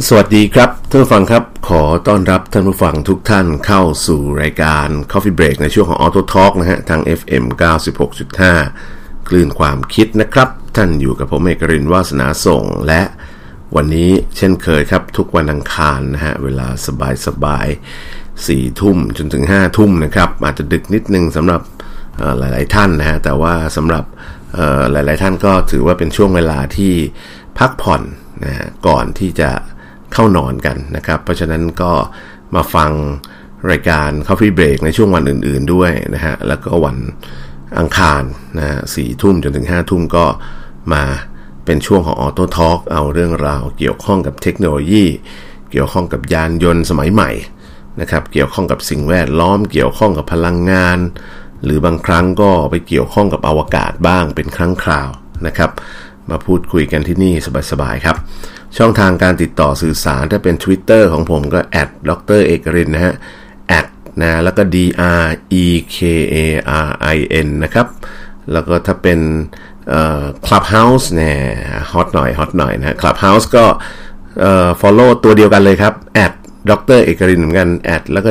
สวัสดีครับท่านผู้ฟังครับขอต้อนรับท่านผู้ฟังทุกท่านเข้าสู่รายการ Coffee Break ในช่วงของ Auto Talk นะฮะทาง FM 96.5 คลื่นความคิดนะครับท่านอยู่กับผมเอกรินทร์วาสนาส่งและวันนี้เช่นเคยครับทุกวันอังคารนะฮะเวลาสบายๆ 4 ทุ่มจนถึง 5 ทุ่มนะครับอาจจะดึกนิดนึงสำหรับหลายๆท่านนะฮะแต่ว่าสำหรับหลายๆท่านก็ถือว่าเป็นช่วงเวลาที่พักผ่อนนะฮะก่อนที่จะเข้านอนกันนะครับเพราะฉะนั้นก็มาฟังรายการ Coffee Break ในช่วงวันอื่นๆด้วยนะฮะแล้วก็วันอังคารนะฮะ 4 ทุ่มจนถึง 5 ทุ่มก็มาเป็นช่วงของ Auto Talk เอาเรื่องราวเกี่ยวข้องกับเทคโนโลยีเกี่ยวข้องกับยานยนต์สมัยใหม่นะครับเกี่ยวข้องกับสิ่งแวดล้อมเกี่ยวข้องกับพลังงานหรือบางครั้งก็ไปเกี่ยวข้องกับอวกาศบ้างเป็นครั้งคราวนะครับมาพูดคุยกันที่นี่สบายๆครับช่องทางการติดต่อสื่อสารถ้าเป็น Twitter ของผมก็ @Dr. เอกรินทร์นะฮะ นะแล้วก็ DREKARIN นะครับแล้วก็ถ้าเป็นClubhouse เนี่ยฮอตหน่อยนะ Clubhouse ก็follow ตัวเดียวกันเลยครับ @Dr. เอกรินทร์เหมือนกัน แล้วก็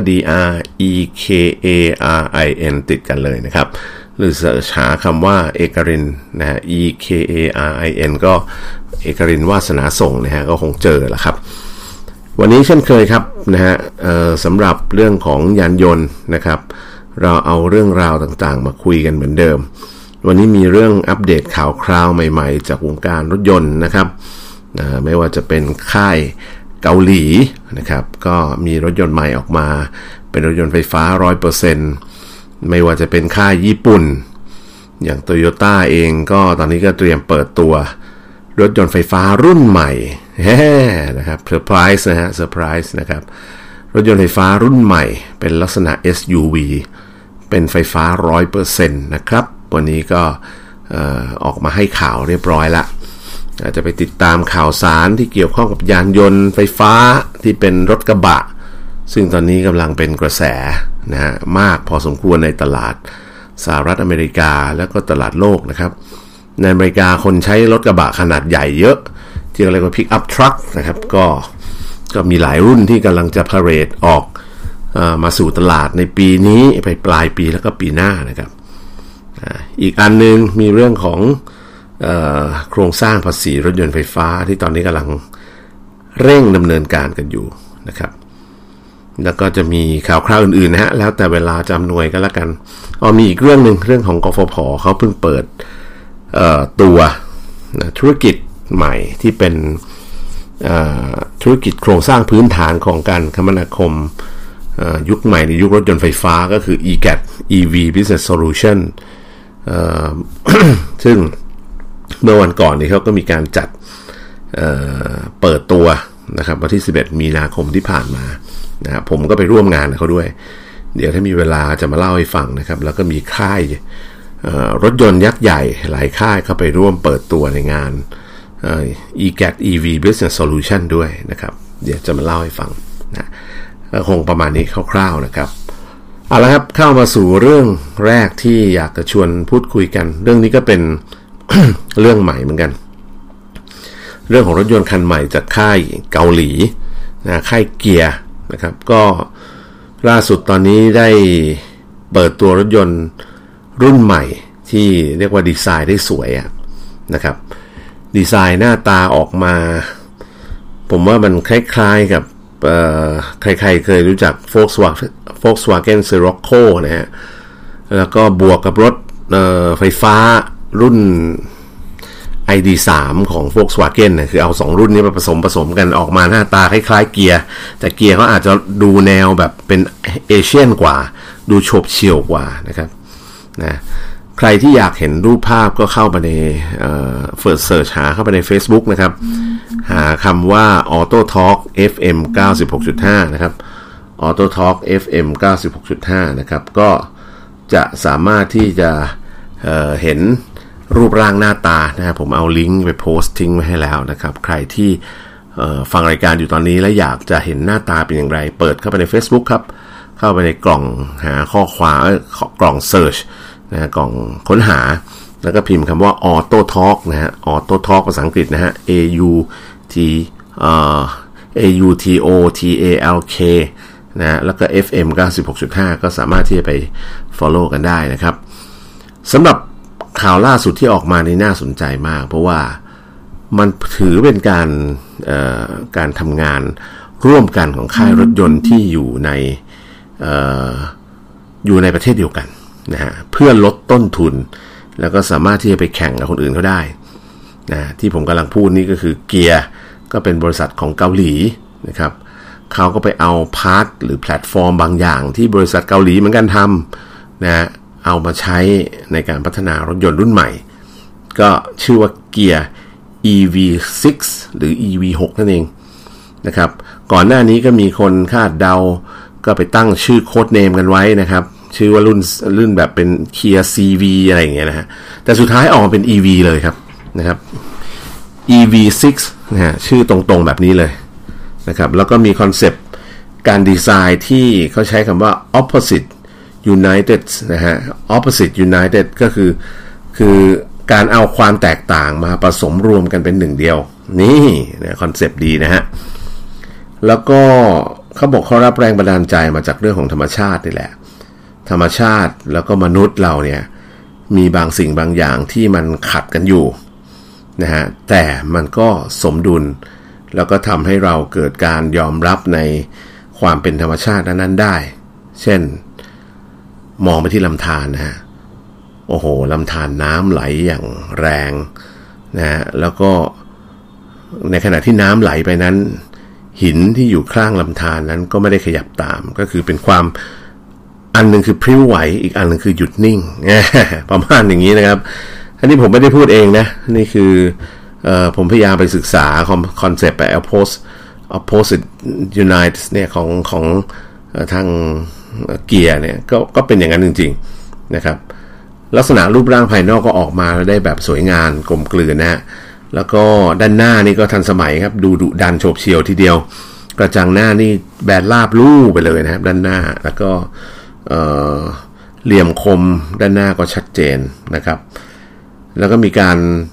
DREKARIN ติดกันเลยนะครับหรือหาคำว่าเอกรินนะฮะ EKARIN ก็เอกรินทร์วาสนาส่งนะฮะก็คงเจอละครับวันนี้เช่นเคยครับนะฮะสำหรับเรื่องของยานยนต์นะครับเราเอาเรื่องราวต่างๆมาคุยกันเหมือนเดิมวันนี้มีเรื่องอัปเดตข่าวคราวใหม่ๆจากวงการรถยนต์นะครับไม่ว่าจะเป็นค่ายเกาหลีนะครับก็มีรถยนต์ใหม่ออกมาเป็นรถยนต์ไฟฟ้า 100%ไม่ว่าจะเป็นค่ายญี่ปุ่นอย่าง Toyota เองก็ตอนนี้ก็เตรียมเปิดตัวรถยนต์ไฟฟ้ารุ่นใหม่นะครับเซอร์ไพรส์นะฮะเซอร์ไพรส์นะครับรถยนต์ไฟฟ้ารุ่นใหม่เป็นลักษณะ SUV เป็นไฟฟ้า 100% นะครับวันนี้ก็ออกมาให้ข่าวเรียบร้อยละอาจจะไปติดตามข่าวสารที่เกี่ยวข้องกับยานยนต์ไฟฟ้าที่เป็นรถกระบะซึ่งตอนนี้กำลังเป็นกระแสนะฮะมากพอสมควรในตลาดสหรัฐอเมริกาและก็ตลาดโลกนะครับในอเมริกาคนใช้รถกระบะขนาดใหญ่เยอะที่เรียกว่า pick up truck นะครับก็มีหลายรุ่นที่กำลังจะพาเรดออกมาสู่ตลาดในปีนี้ไปปลายปีแล้วก็ปีหน้านะครับอีกอันนึงมีเรื่องของโครงสร้างภาษีรถยนต์ไฟฟ้าที่ตอนนี้กำลังเร่งดำเนินการกันอยู่นะครับแล้วก็จะมีข่าวคราวอื่นๆนะฮะแล้วแต่เวลาจะอำนวยกันละกันมีอีกเรื่องนึงเรื่องของกฟผ.เขาเพิ่งเปิดตัวธุรกิจใหม่ที่เป็นธุรกิจโครงสร้างพื้นฐานของการคมนาคมยุคใหม่ในยุครถยนต์ไฟฟ้าก็คือ EGAT EV Business Solution ซึ่งเมื่อวันก่อนนี้เขาก็มีการจัดเปิดตัวนะครับวันที่11มีนาคมที่ผ่านมานะครับผมก็ไปร่วมงานกับเขาด้วยเดี๋ยวถ้ามีเวลาจะมาเล่าให้ฟังนะครับแล้วก็มีค่ายรถยนต์ยักษ์ใหญ่หลายค่ายเข้าไปร่วมเปิดตัวในงานEGAT EV Business Solution ด้วยนะครับเดี๋ยวจะมาเล่าให้ฟังนะคงประมาณนี้คร่าวๆนะครับเอาละครับเข้ามาสู่เรื่องแรกที่อยากจะชวนพูดคุยกันเรื่องนี้ก็เป็น เรื่องใหม่เหมือนกันเรื่องของรถยนต์คันใหม่จากค่ายเกาหลีนะค่ายเกียร์นะครับก็ล่าสุดตอนนี้ได้เปิดตัวรถยนต์รุ่นใหม่ที่เรียกว่าดีไซน์ได้สวยนะครับดีไซน์หน้าตาออกมาผมว่ามันคล้ายๆกับใครๆเคยรู้จัก Volkswagen Scirocco นะฮะแล้วก็บวกกับรถไฟฟ้ารุ่น ID3 ของ Volkswagen นะคือเอา2รุ่นนี้มาผสมกันออกมาหน้าตาคล้ายๆเกียร์แต่เกียร์เขาอาจจะดูแนวแบบเป็นเอเชียนกว่าดูโฉบเฉี่ยวกว่านะครับนะใครที่อยากเห็นรูปภาพก็เข้าไปในFirst Search หาเข้าไปใน Facebook นะครับหาคำว่า Auto Talk FM 96.5 นะครับ Auto Talk FM 96.5 นะครับก็จะสามารถที่จะเห็นรูปร่างหน้าตานะครับผมเอาลิงก์ไปโพสต์ทิ้งไว้ให้แล้วนะครับใครที่ฟังรายการอยู่ตอนนี้และอยากจะเห็นหน้าตาเป็นอย่างไรเปิดเข้าไปใน Facebook ครับเข้าไปในกล่องหาข้อความกล่อง Search นะกล่องค้นหาแล้วก็พิมพ์คำว่า Auto Talk นะฮะ Auto Talk ภาษาอังกฤษนะฮะ A U T AUTOTALK นะแล้วก็ FM 96.5 ก็สามารถที่จะไป follow กันได้นะครับสำหรับข่าวล่าสุดที่ออกมานี่น่าสนใจมากเพราะว่ามันถือเป็นการทำงานร่วมกันของค่ายรถยนต์ที่อยู่ในประเทศเดียวกันนะฮะเพื่อลดต้นทุนแล้วก็สามารถที่จะไปแข่งกับคนอื่นเขาได้นะที่ผมกำลังพูดนี่ก็คือเกียร์ก็เป็นบริษัทของเกาหลีนะครับเขาก็ไปเอาพาร์ทหรือแพลตฟอร์มบางอย่างที่บริษัทเกาหลีเหมือนกันทำนะเอามาใช้ในการพัฒนารถยนต์รุ่นใหม่ก็ชื่อว่าเกียร์ EV6 หรือ EV6 นั่นเองนะครับก่อนหน้านี้ก็มีคนคาดเดาก็ไปตั้งชื่อโค้ดเนมกันไว้นะครับชื่อว่ารุ่นแบบเป็น Kia CV อะไรอย่างเงี้ยนะฮะแต่สุดท้ายออกมาเป็น EV เลยครับนะครับ EV6 นะฮะชื่อตรงๆแบบนี้เลยนะครับแล้วก็มีคอนเซปต์การดีไซน์ที่เขาใช้คำว่า opposite united นะฮะ opposite united ก็คือการเอาความแตกต่างมาผสมรวมกันเป็นหนึ่งเดียวนี่นะคอนเซปต์ดีนะฮะแล้วก็เขาบอกเขารับแรงบันดาลใจมาจากเรื่องของธรรมชาตินี่แหละธรรมชาติแล้วก็มนุษย์เราเนี่ยมีบางสิ่งบางอย่างที่มันขัดกันอยู่นะฮะแต่มันก็สมดุลแล้วก็ทำให้เราเกิดการยอมรับในความเป็นธรรมชาตินั้นได้เช่นมองไปที่ลำธารนะฮะโอ้โหลำธารน้ำไหลอย่างแรงนะฮะแล้วก็ในขณะที่น้ำไหลไปนั้นหินที่อยู่ข้างลำธารนั้นก็ไม่ได้ขยับตามก็คือเป็นความอันนึงคือพริ้วไหวอีกอันนึงคือหยุดนิ่งประมาณอย่างนี้นะครับอันนี้ผมไม่ได้พูดเองนะนี่คือผมพยายามไปศึกษาคอนเซปต์ไป opposite unite เนี่ยของทางเกียร์เนี่ยก็เป็นอย่างนั้นจริงๆนะครับลักษณะรูปร่างภายนอกก็ออกมาได้แบบสวยงามกลมกลืนนะฮะแล้วก็ด้านหน้านี่ก็ทันสมัยครับดูดุดันโฉบเฉี่ยวทีเดียวกระจังหน้านี่แบนราบลู่ไปเลยนะครับด้านหน้าแล้วก็เหลี่ยมคมด้านหน้าก็ชัดเจนนะครับแล้วก็มีการ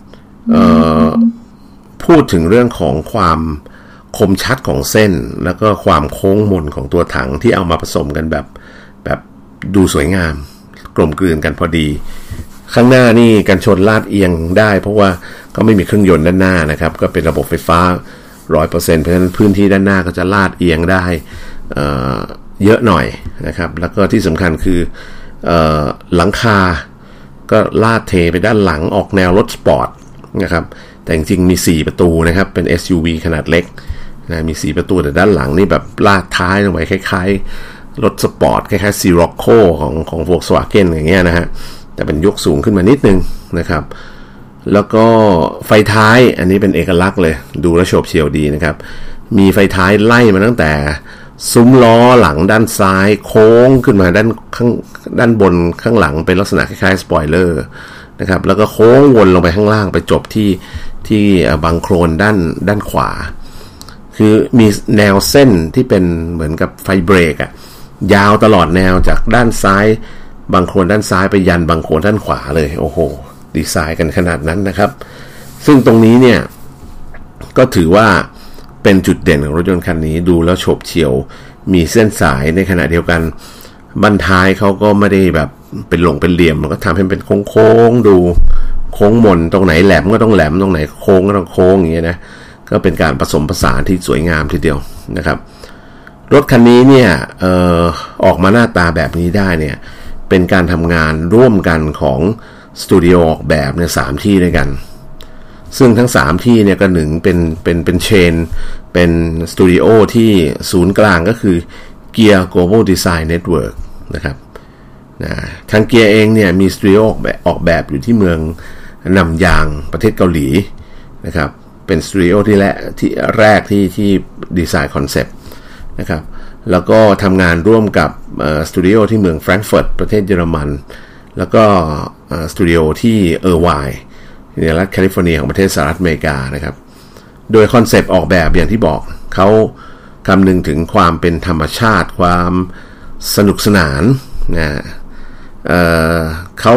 พูดถึงเรื่องของความคมชัดของเส้นแล้วก็ความโค้งมนของตัวถังที่เอามาผสมกันแบบดูสวยงามกลมกลืนกันพอดีข้างหน้านี่กันชนลาดเอียงได้เพราะว่าก็ไม่มีเครื่องยนต์ด้านหน้านะครับก็เป็นระบบไฟฟ้า 100% เพราะฉะนั้นพื้นที่ด้านหน้าก็จะลาดเอียงได้เยอะหน่อยนะครับแล้วก็ที่สำคัญคือหลังคาก็ลาดเทไปด้านหลังออกแนวรถสปอร์ตนะครับแต่จริงๆมี4ประตูนะครับเป็น SUV ขนาดเล็กนะมี4ประตูแต่ด้านหลังนี่แบบลาดท้ายลงไปคล้ายๆรถสปอร์ตคล้ายๆ Sirocco ของ Volkswagen อย่างเงี้ยนะฮะแต่เป็นยกสูงขึ้นมานิดนึงนะครับแล้วก็ไฟท้ายอันนี้เป็นเอกลักษณ์เลยดูแล้วโฉบเฉี่ยวดีนะครับมีไฟท้ายไล่มาตั้งแต่ซุ้มล้อหลังด้านซ้ายโค้งขึ้นมาด้านบนข้างหลังเป็นลักษณะคล้ายๆสปอยเลอร์นะครับแล้วก็โค้งวนลงไปข้างล่างไปจบที่บังโครนด้านขวาคือมีแนวเส้นที่เป็นเหมือนกับไฟเบรกอะยาวตลอดแนวจากด้านซ้ายบังโครนด้านซ้ายไปยันบังโครนด้านขวาเลยโอ้โหดีไซน์กันขนาดนั้นนะครับซึ่งตรงนี้เนี่ยก็ถือว่าเป็นจุดเด่นของรถยนต์คันนี้ดูแล้วโฉบเฉี่ยวมีเส้นสายในขณะเดียวกันบั้นท้ายเขาก็ไม่ได้แบบเป็นเหลี่ยมมันก็ทำให้เป็นโค้งๆดูโค้งมนตรงไหนแหลมก็ต้องแหลมตรงไหนโค้งก็ต้องโค้งอย่างเงี้ยนะก็เป็นการผสมผสานที่สวยงามทีเดียวนะครับรถคันนี้เนี่ยออกมาหน้าตาแบบนี้ได้เนี่ยเป็นการทำงานร่วมกันของสตูดิโอออกแบบใน3ที่ด้วยกันซึ่งทั้ง3ที่เนี่ยก็หนึ่งเป็นเชนเป็นสตูดิโอที่ศูนย์กลางก็คือ Gear Global Design Network นะครับทาง Gear เองเนี่ยมีสตูดิโอออกแบบอยู่ที่เมืองนำยางประเทศเกาหลีนะครับเป็นสตูดิโอที่แรกที่ดีไซน์คอนเซปต์นะครับแล้วก็ทำงานร่วมกับสตูดิโอที่เมืองแฟรงก์เฟิร์ตประเทศเยอรมันแล้วก็สตูดิโอที่เออร์ไวน์ในรัฐแคลิฟอร์เนียของประเทศสหรัฐอเมริกานะครับโดยคอนเซปต์ออกแบบอย่างที่บอกเขาคำนึงถึงความเป็นธรรมชาติความสนุกสนานนะเขา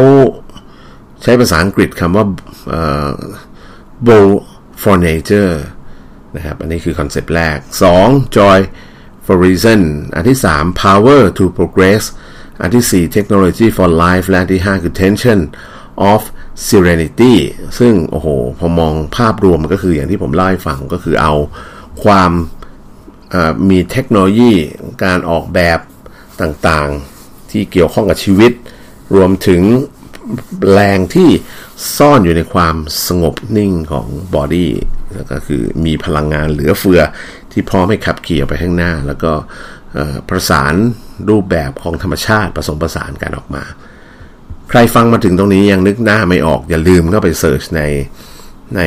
ใช้ภาษาอังกฤษคำว่าbold for nature นะครับอันนี้คือคอนเซปต์แรก2 joy for reason อันที่3 power to progress อันที่4 technology for life และอันที่5คือ tension of serenity ซึ่งโอ้โหพอมองภาพรวมก็คืออย่างที่ผมเล่าให้ฟังก็คือเอาความมีเทคโนโลยีการออกแบบต่างๆที่เกี่ยวข้องกับชีวิตรวมถึงแรงที่ซ่อนอยู่ในความสงบนิ่งของบอดี้แล้วก็คือมีพลังงานเหลือเฟือที่พร้อมให้ขับขี่ไปข้างหน้าแล้วก็ประสานรูปแบบของธรรมชาติผสมผสานกันออกมาใครฟังมาถึงตรงนี้ยังนึกหน้าไม่ออกอย่าลืมเข้าไปเสิร์ชใน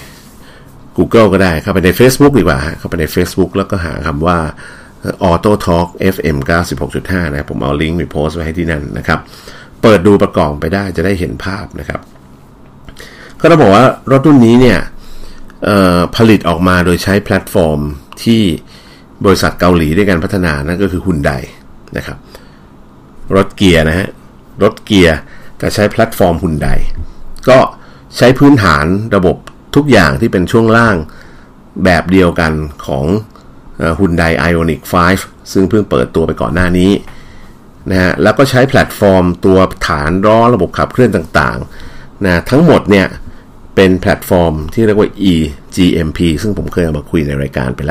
Google ก็ได้เข้าไปใน Facebook ดีกว่าเข้าไปใน Facebook แล้วก็หาคำว่า Auto Talk FM 96.5 นะผมเอาลิงก์ไปโพสต์ไว้ให้ที่นั่นนะครับเปิดดูประกอบไปได้จะได้เห็นภาพนะครับก็ต้องบอกว่ารถรุ่นนี้เนี่ยผลิตออกมาโดยใช้แพลตฟอร์มที่บริษัทเกาหลีด้วยกันพัฒนานั่นก็คือ Hyundai นะครับรถเกียร์นะฮะรถเกียร์แต่ใช้แพลตฟอร์ม Hyundai ก็ใช้พื้นฐานระบบทุกอย่างที่เป็นช่วงล่างแบบเดียวกันของHyundai Ioniq 5 ซึ่งเพิ่งเปิดตัวไปก่อนหน้านี้นะฮะแล้วก็ใช้แพลตฟอร์มตัวฐานล้อระบบขับเคลื่อนต่างๆนะทั้งหมดเนี่ยเป็นแพลตฟอร์มที่เรียกว่า eGMP ซึ่งผมเคยเอามาคุยในรายการไปแล้ว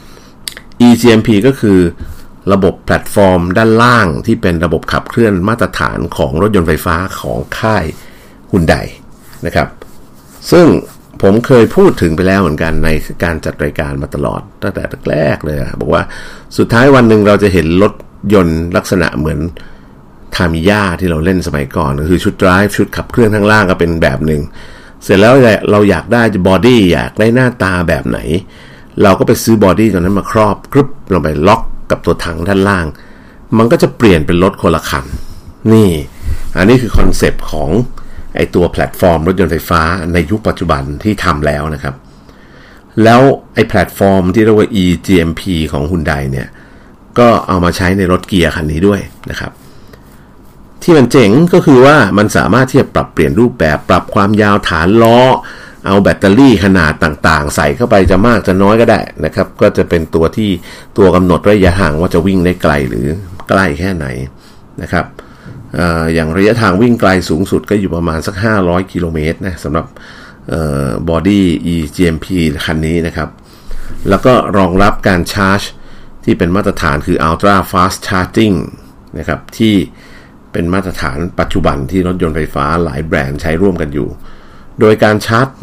eGMP ก็คือระบบแพลตฟอร์มด้านล่างที่เป็นระบบขับเคลื่อนมาตรฐานของรถยนต์ไฟฟ้าของค่าย Hyundai นะครับซึ่งผมเคยพูดถึงไปแล้วเหมือนกันในการจัดรายการมาตลอดตั้งแต่แรกเลยบอกว่าสุดท้ายวันหนึ่งเราจะเห็นรถยนต์ลักษณะเหมือนทามิยาที่เราเล่นสมัยก่อนก็คือชุด drive ชุดขับเคลื่อนข้างล่างก็เป็นแบบหนึ่งเสร็จแล้วเราอยากได้บอดี้อยากได้หน้าตาแบบไหนเราก็ไปซื้อบอดี้ตัวนั้นมาครอบกรึบลงไปล็อกกับตัวถังด้านล่างมันก็จะเปลี่ยนเป็นรถคนละคันนี่อันนี้คือคอนเซปต์ของไอตัวแพลตฟอร์มรถยนต์ไฟฟ้าในยุคปัจจุบันที่ทำแล้วนะครับแล้วไอแพลตฟอร์มที่เรียกว่า eGMP ของ Hyundai เนี่ยก็เอามาใช้ในรถเกียร์คันนี้ด้วยนะครับที่มันเจ๋งก็คือว่ามันสามารถที่จะปรับเปลี่ยนรูปแบบปรับความยาวฐานล้อเอาแบตเตอรี่ขนาดต่างๆใส่เข้าไปจะมากจะน้อยก็ได้นะครับก็จะเป็นตัวกำหนดระยะห่างว่าจะวิ่งได้ไกลหรือใกล้แค่ไหนนะครับอย่างระยะทางวิ่งไกลสูงสุดก็อยู่ประมาณสัก500กิโลเมตรนะสำหรับบอดี้ eGMP คันนี้นะครับแล้วก็รองรับการชาร์จที่เป็นมาตรฐานคือ Ultra Fast Charging นะครับที่เป็นมาตรฐานปัจจุบันที่รถยนต์ไฟฟ้าหลายแบรนด์ใช้ร่วมกันอยู่โดยการชาร์จ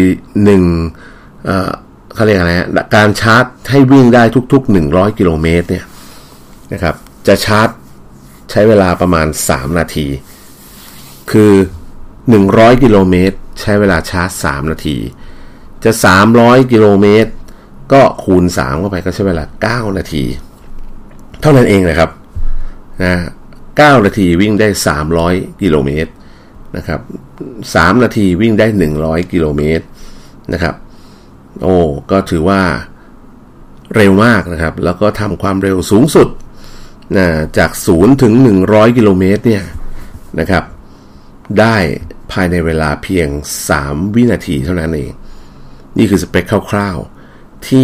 เขาเรียกอะไรนะการชาร์จให้วิ่งได้ทุกๆ100กิโลเมตรเนี่ยนะครับจะชาร์จใช้เวลาประมาณ3นาทีคือ100กิโลเมตรใช้เวลาชาร์จ3นาทีจะ300กิโลเมตรก็คูณ3เข้าไปก็ใช้เวลา9นาทีเท่านั้นเองนะครับนะ9นาทีวิ่งได้300กิโลเมตรนะครับ3นาทีวิ่งได้100กิโลเมตรนะครับโอ้ก็ถือว่าเร็วมากนะครับแล้วก็ทำความเร็วสูงสุดนะจาก0ถึง100กิโลเมตรเนี่ยนะครับได้ภายในเวลาเพียง3วินาทีเท่านั้นเองนี่คือสเปคคร่าวๆที่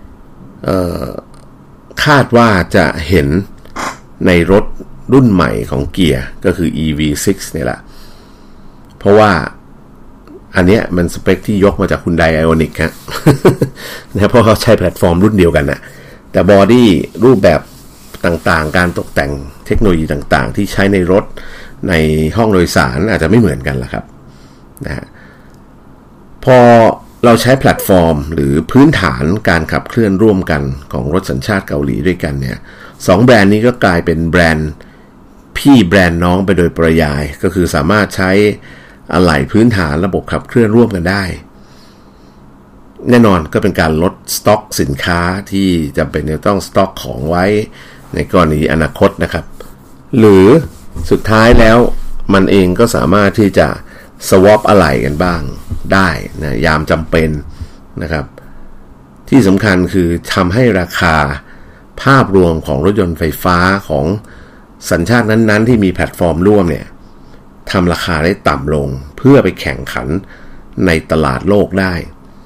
คาดว่าจะเห็นในรถรุ่นใหม่ของเกียร์ก็คือ EV6 เนี่ยแหละเพราะว่าอันเนี้ยมันสเปคที่ยกมาจาก Hyundai Ioniq ฮะ นะเพราะเขาใช้แพลตฟอร์มรุ่นเดียวกันนะแต่บอดี้รูปแบบต่างๆการตกแต่งเทคโนโลยีต่างๆที่ใช้ในรถในห้องโดยสารอาจจะไม่เหมือนกันละครับนะฮะพอเราใช้แพลตฟอร์มหรือพื้นฐานการขับเคลื่อนร่วมกันของรถสัญชาติเกาหลีด้วยกันเนี่ย2แบรนด์นี้ก็กลายเป็นแบรนด์พี่แบรนด์น้องไปโดยปริยายก็คือสามารถใช้อะไหล่พื้นฐานระบบขับเคลื่อนร่วมกันได้แน่นอนก็เป็นการลดสต็อกสินค้าที่จำเป็นจะต้องสต็อกของไว้ในกรณีอนาคตนะครับหรือสุดท้ายแล้วมันเองก็สามารถที่จะสวอปอะไหล่กันบ้างได้นะยามจำเป็นนะครับที่สำคัญคือทำให้ราคาภาพรวมของรถยนต์ไฟฟ้าของสัญชาตินั้นๆที่มีแพลตฟอร์มร่วมเนี่ยทำราคาได้ต่ำลงเพื่อไปแข่งขันในตลาดโลกได้ค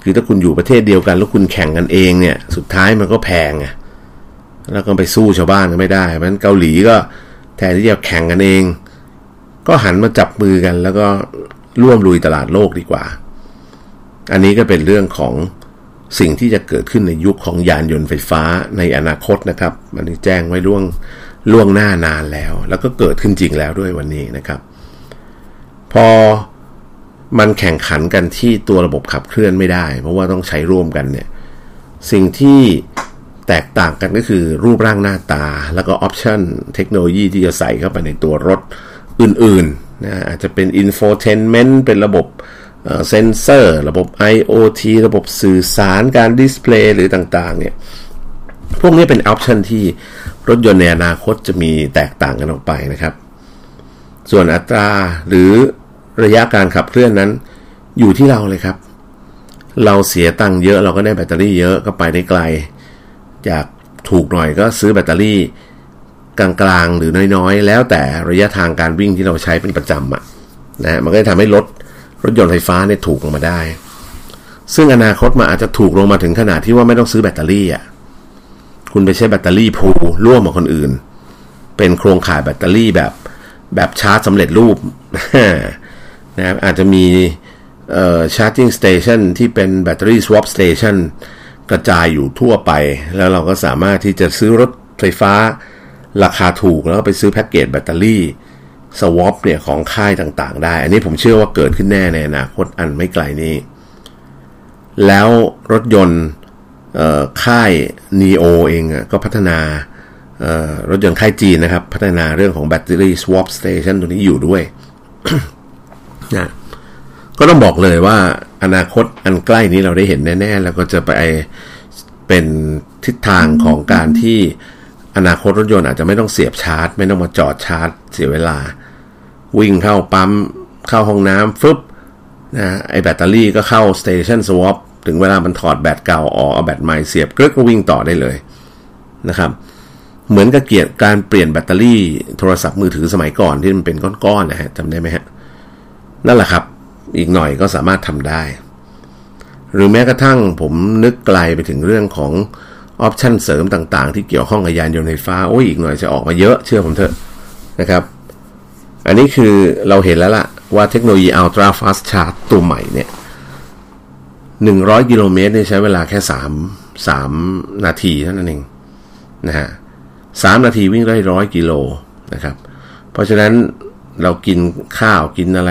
คือถ้าคุณอยู่ประเทศเดียวกันแล้วคุณแข่งกันเองเนี่ยสุดท้ายมันก็แพงอ่ะแล้วก็ไปสู้ชาวบ้านก็ไม่ได้เพราะฉะนั้นเกาหลีก็แทนที่จะแข่งกันเองก็หันมาจับมือกันแล้วก็ร่วมลุยตลาดโลกดีกว่าอันนี้ก็เป็นเรื่องของสิ่งที่จะเกิดขึ้นในยุคของยานยนต์ไฟฟ้าในอนาคตนะครับมันแจ้งไว้ล่วงหน้านานแล้วก็เกิดขึ้นจริงแล้วด้วยวันนี้นะครับพอมันแข่งขันกันที่ตัวระบบขับเคลื่อนไม่ได้เพราะว่าต้องใช้ร่วมกันเนี่ยสิ่งที่แตกต่างกันก็คือรูปร่างหน้าตาแล้วก็ออปชันเทคโนโลยีที่จะใส่เข้าไปในตัวรถอื่นๆนะอาจจะเป็น infotainment เป็นระบบเซนเซอร์ระบบ IoT ระบบสื่อสารการดิสเพลย์หรือต่างๆเนี่ยพวกนี้เป็นออปชันที่รถยนต์ในอนาคตจะมีแตกต่างกันออกไปนะครับส่วนอัตราหรือระยะการขับเคลื่อนนั้นอยู่ที่เราเลยครับเราเสียตังค์เยอะเราก็ได้แบตเตอรี่เยอะก็ไปได้ไกลอยากถูกหน่อยก็ซื้อแบตเตอรี่กลางๆหรือน้อยๆแล้วแต่ระยะทางการวิ่งที่เราใช้เป็นประจำนะมันก็จะทำให้รถยนต์ไฟฟ้าเนี่ยถูกลงมาได้ซึ่งอนาคตมันอาจจะถูกลงมาถึงขนาดที่ว่าไม่ต้องซื้อแบตเตอรี่คุณไปใช้แบตเตอรี่พูลร่วมกับคนอื่นเป็นโครงข่ายแบตเตอรี่แบบชาร์จสำเร็จรูป นะครับอาจจะมีcharging station ที่เป็น battery swap station กระจายอยู่ทั่วไปแล้วเราก็สามารถที่จะซื้อรถไฟฟ้าราคาถูกแล้วก็ไปซื้อแพ็กเกจแบตเตอรี่ swap เนี่ยของค่ายต่างๆได้อันนี้ผมเชื่อว่าเกิดขึ้นแน่ในอนาคตอันไม่ไกลนี้แล้วรถยนต์ค่าย NIO เองก็พัฒนารถยนต์ค่ายจีนนะครับพัฒนาเรื่องของ battery swap station ตัวนี้อยู่ด้วย นะก็ต้องบอกเลยว่าอนาคตอันใกล้นี้เราได้เห็นแน่ๆแล้วก็จะไปเป็นทิศทางของการที่อนาคตรถยนต์อาจจะไม่ต้องเสียบชาร์จไม่ต้องมาจอดชาร์จเสียเวลาวิ่งเข้าปั๊มเข้าห้องน้ำฟึบนะไอแบตเตอรี่ก็เข้าสเตชันสวอปถึงเวลามันถอดแบตเก่าออกเอาแบตใหม่เสียบกรึ๊กก็วิ่งต่อได้เลยนะครับเหมือนกับการเปลี่ยนแบตเตอรี่โทรศัพท์มือถือสมัยก่อนที่มันเป็นก้อนๆนะฮะจำได้ไหมฮะนั่นแหละครับอีกหน่อยก็สามารถทำได้หรือแม้กระทั่งผมนึกไกลไปถึงเรื่องของออปชั่นเสริมต่างๆที่เกี่ยวข้องกับยานยนต์ไฟฟ้าโอ้ยอีกหน่อยจะออกมาเยอะเชื่อผมเถอะนะครับอันนี้คือเราเห็นแล้วล่ะว่าเทคโนโลยี Ultra Fast Charge ตัวใหม่เนี่ย100กิโลเมตรเนี่ยใช้เวลาแค่3นาทีเท่านั้นเองนะฮะ3นาทีวิ่งได้100กิโลนะครับเพราะฉะนั้นเรากินข้าวกินอะไร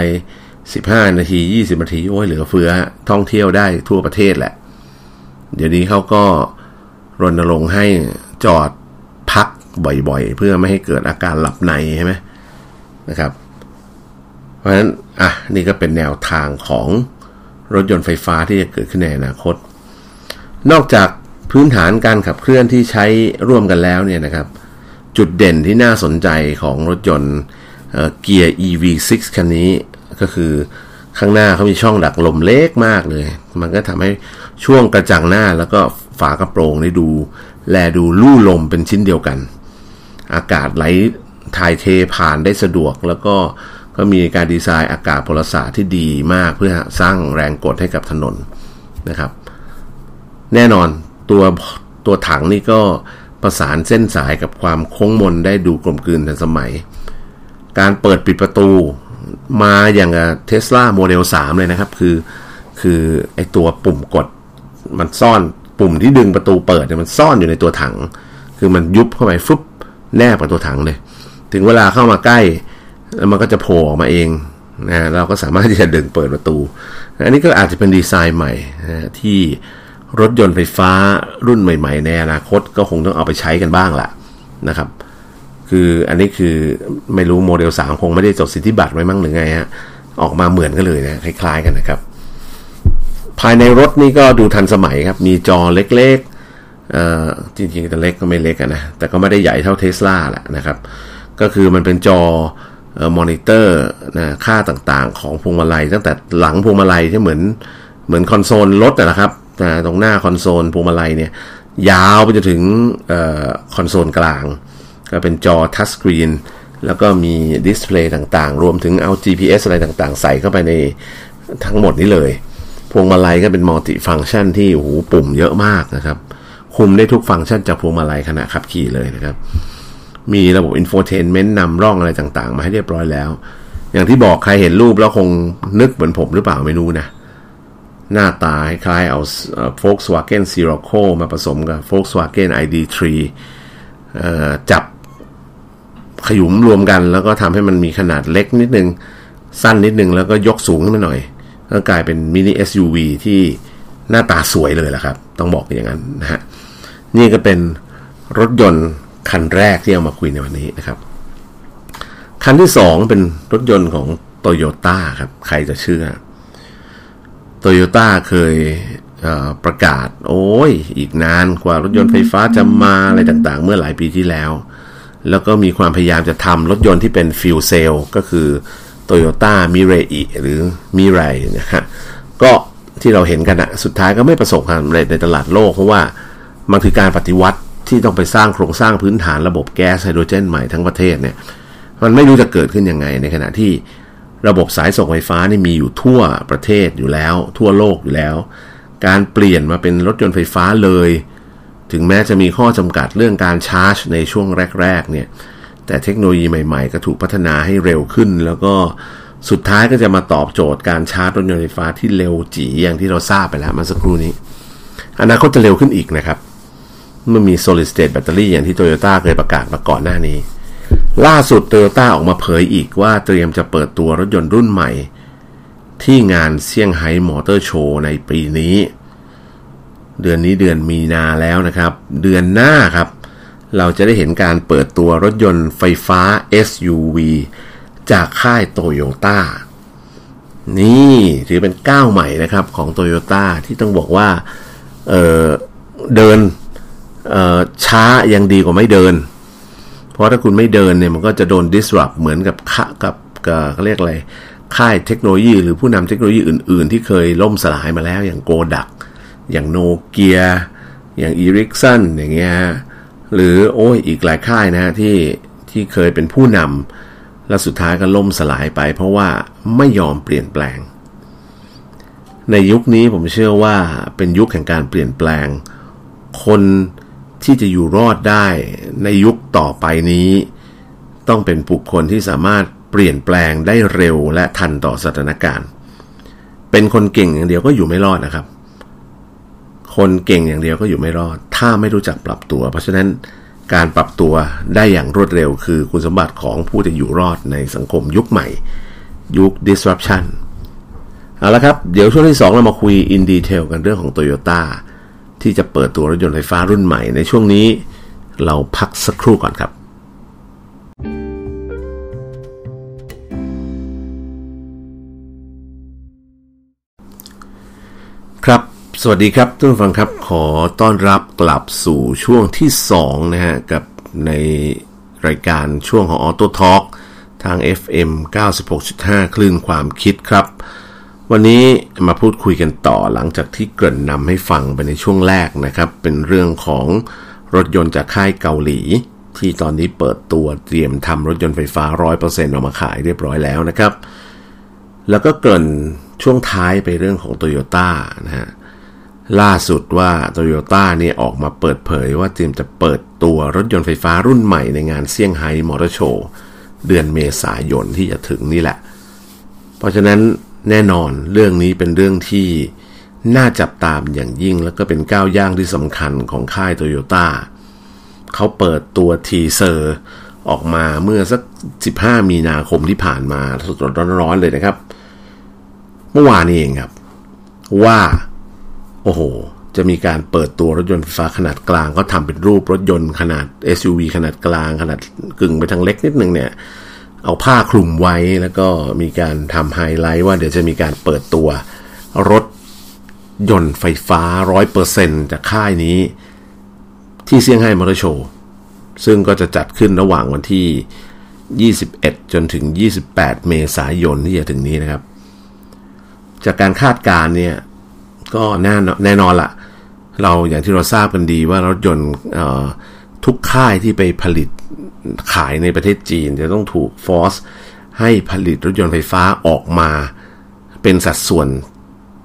15นาที20นาทีโอ้ยเหลือเฟือท่องเที่ยวได้ทั่วประเทศแหละเดี๋ยวนี้เขาก็รณรงค์ให้จอดพักบ่อยๆเพื่อไม่ให้เกิดอาการหลับในใช่ไหมนะครับเพราะฉะนั้นนี่ก็เป็นแนวทางของรถยนต์ไฟฟ้าที่จะเกิดขึ้นในอนาคตนอกจากพื้นฐานการขับเคลื่อนที่ใช้ร่วมกันแล้วเนี่ยนะครับจุดเด่นที่น่าสนใจของรถยนต์เกียร์ EV6 คันนี้ก็คือข้างหน้าเขามีช่องดักลมเล็กมากเลยมันก็ทำให้ช่วงกระจังหน้าแล้วก็ฝากระโปรงได้ดูลู่ลมเป็นชิ้นเดียวกันอากาศไหลถ่ายเทผ่านได้สะดวกแล้วก็มีการดีไซน์อากาศพลศาสตร์ที่ดีมากเพื่อสร้างแรงกดให้กับถนนนะครับแน่นอนตัวถังนี่ก็ประสานเส้นสายกับความโค้งมนได้ดูกลมกลืนทันสมัยการเปิดปิดประตูมาอย่างTesla Model 3เลยนะครับคือไอตัวปุ่มกดมันซ่อนปุ่มที่ดึงประตูเปิดเนี่ยมันซ่อนอยู่ในตัวถังคือมันยุบเข้าไปฟึบแนบกับตัวถังเลยถึงเวลาเข้ามาใกล้แล้วมันก็จะโผล่ออกมาเองนะเราก็สามารถที่จะดึงเปิดประตูอันนี้ก็อาจจะเป็นดีไซน์ใหม่นะที่รถยนต์ไฟฟ้ารุ่นใหม่ๆในอนาคตก็คงต้องเอาไปใช้กันบ้างล่ะนะครับคืออันนี้คือไม่รู้โมเดล3คงไม่ได้จดสิทธิบัตรไว้มั้งหรือไงฮะออกมาเหมือนกันเลยนะคล้ายๆกันนะครับภายในรถนี่ก็ดูทันสมัยครับมีจอเล็กๆจริงๆแต่เล็กก็ไม่เล็กนะแต่ก็ไม่ได้ใหญ่เท่า Tesla แหละนะครับก็คือมันเป็นจอมอนิเตอร์นะค่าต่างๆของพวงมาลัยตั้งแต่หลังพวงมาลัยที่เหมือนคอนโซลรถนะครับตรงหน้าคอนโซลพวงมาลัยเนี่ยยาวไปจนถึงคอนโซลกลางก็เป็นจอทัชสกรีนแล้วก็มีดิสเพลย์ต่างๆรวมถึงเอา GPS อะไรต่างๆใส่เข้าไปในทั้งหมดนี้เลยพวงมาลัยก็เป็นมัลติฟังก์ชันที่โอ้โหปุ่มเยอะมากนะครับคุมได้ทุกฟังก์ชันจากพวงมาลัยขณะขับขี่เลยนะครับมีระบบอินโฟเทนเมนต์นำร่องอะไรต่างๆมาให้เรียบร้อยแล้วอย่างที่บอกใครเห็นรูปแล้วคงนึกเหมือนผมหรือเปล่าไม่รู้นะหน้าตาคล้ายเอาVolkswagen Scirocco มาผสมกับ Volkswagen ID.3 จับขยุมรวมกันแล้วก็ทำให้มันมีขนาดเล็กนิดนึงสั้นนิดนึงแล้วก็ยกสูงขึ้นมาหน่อยก็กลายเป็นมินิ SUV ที่หน้าตาสวยเลยล่ะครับต้องบอกอย่างนั้นนะฮะนี่ก็เป็นรถยนต์คันแรกที่เอามาคุยในวันนี้นะครับคันที่2เป็นรถยนต์ของ Toyota ครับใครจะเชื่อ Toyota เคยประกาศโอ้ยอีกนานกว่ารถยนต์ไฟฟ้าจะมาอะไรต่างๆเมื่อหลายปีที่แล้วก็มีความพยายามจะทำรถยนต์ที่เป็น Fuel Cell ก็คือ Toyota Mirai หรือ Mirai นะฮะก็ที่เราเห็นกันนะสุดท้ายก็ไม่ประสบความสำเร็จในตลาดโลกเพราะว่ามันคือการปฏิวัติที่ต้องไปสร้างโครงสร้างพื้นฐานระบบแก๊สไฮโดรเจนใหม่ทั้งประเทศเนี่ยมันไม่รู้จะเกิดขึ้นยังไงในขณะที่ระบบสายส่งไฟฟ้านี่มีอยู่ทั่วประเทศอยู่แล้วทั่วโลกอยู่แล้วการเปลี่ยนมาเป็นรถยนต์ไฟฟ้าเลยถึงแม้จะมีข้อจำกัดเรื่องการชาร์จในช่วงแรกๆเนี่ยแต่เทคโนโลยีใหม่ๆก็ถูกพัฒนาให้เร็วขึ้นแล้วก็สุดท้ายก็จะมาตอบโจทย์การชาร์จรถยนต์ไฟฟ้าที่เร็วจี๋อย่างที่เราทราบไปแล้วเมื่อสักครู่นี้อนาคตจะเร็วขึ้นอีกนะครับเมื่อมี solid state battery อย่างที่ Toyota เคยประกาศมาก่อนหน้านี้ล่าสุด Toyota ออกมาเผยอีกว่าเตรียมจะเปิดตัวรถยนต์รุ่นใหม่ที่งานเซี่ยงไฮ้มอเตอร์โชว์ในปีนี้เดือนนี้เดือนมีนาแล้วนะครับเดือนหน้าครับเราจะได้เห็นการเปิดตัวรถยนต์ไฟฟ้า SUV จากค่าย Toyota นี่ถือเป็นก้าวใหม่นะครับของ Toyota ที่ต้องบอกว่าเดินช้ายังดีกว่าไม่เดินเพราะถ้าคุณไม่เดินเนี่ยมันก็จะโดน disrupt เหมือนกับเขาเรียกอะไรค่ายเทคโนโลยีหรือผู้นำเทคโนโลยีอื่นๆที่เคยล่มสลายมาแล้วอย่างโกดักอย่างโนเกียอย่างอีริกสันอย่างเงี้ยหรืออีกหลายค่ายนะที่เคยเป็นผู้นำและสุดท้ายก็ล่มสลายไปเพราะว่าไม่ยอมเปลี่ยนแปลงในยุคนี้ผมเชื่อว่าเป็นยุคแห่งการเปลี่ยนแปลงคนที่จะอยู่รอดได้ในยุคต่อไปนี้ต้องเป็นบุคคลที่สามารถเปลี่ยนแปลงได้เร็วและทันต่อสถานการณ์เป็นคนเก่งอย่างเดียวก็อยู่ไม่รอดนะครับคนเก่งอย่างเดียวก็อยู่ไม่รอดถ้าไม่รู้จักปรับตัวเพราะฉะนั้นการปรับตัวได้อย่างรวดเร็วคือคุณสมบัติของผู้ที่อยู่รอดในสังคมยุคใหม่ยุค disruption เอาละครับเดี๋ยวช่วงที่2เรามาคุย in detail กันเรื่องของ Toyota ที่จะเปิดตัวรถยนต์ไฟฟ้ารุ่นใหม่ในช่วงนี้เราพักสักครู่ก่อนครับครับสวัสดีครับทุกท่านผู้ฟังครับขอต้อนรับกลับสู่ช่วงที่2นะฮะกับในรายการช่วงของ Auto Talk ทาง FM 96.5 คลื่นความคิดครับวันนี้มาพูดคุยกันต่อหลังจากที่เกริ่นนำให้ฟังไปในช่วงแรกนะครับเป็นเรื่องของรถยนต์จากค่ายเกาหลีที่ตอนนี้เปิดตัวเตรียมทำรถยนต์ไฟฟ้า 100% ออกมาขายเรียบร้อยแล้วนะครับแล้วก็เกริ่นช่วงท้ายไปเรื่องของ Toyota นะฮะล่าสุดว่า Toyota เนี่ยออกมาเปิดเผยว่าเตรียมจะเปิดตัวรถยนต์ไฟฟ้ารุ่นใหม่ในงานเซี่ยงไฮ้มอเตอร์โชว์เดือนเมษายนที่จะถึงนี่แหละเพราะฉะนั้นแน่นอนเรื่องนี้เป็นเรื่องที่น่าจับตามอย่างยิ่งแล้วก็เป็นก้าวย่างที่สำคัญของค่าย Toyota เขาเปิดตัวทีเซอร์ออกมาเมื่อสัก15มีนาคมที่ผ่านมาสดๆร้อนๆเลยนะครับเมื่อวานนี้เองครับว่าจะมีการเปิดตัวรถยนต์ไฟฟ้าขนาดกลางก็ทำเป็นรูปรถยนต์ขนาด SUV ขนาดกลางขนาดกึ่งไปทางเล็กนิดนึงเนี่ยเอาผ้าคลุมไว้แล้วก็มีการทำไฮไลท์ว่าเดี๋ยวจะมีการเปิดตัวรถยนต์ไฟฟ้า 100% จากค่ายนี้ที่เซี่ยงไฮ้มอเตอร์โชว์ซึ่งก็จะจัดขึ้นระหว่างวันที่21จนถึง28เมษายนที่จะถึงนี้นะครับจากการคาดการณ์เนี่ยก็แน่นอนละเราอย่างที่เราทราบกันดีว่ารถยนต์ทุกค่ายที่ไปผลิตขายในประเทศจีนจะต้องถูกฟอร์สให้ผลิตรถยนต์ไฟฟ้าออกมาเป็นสัดส่วน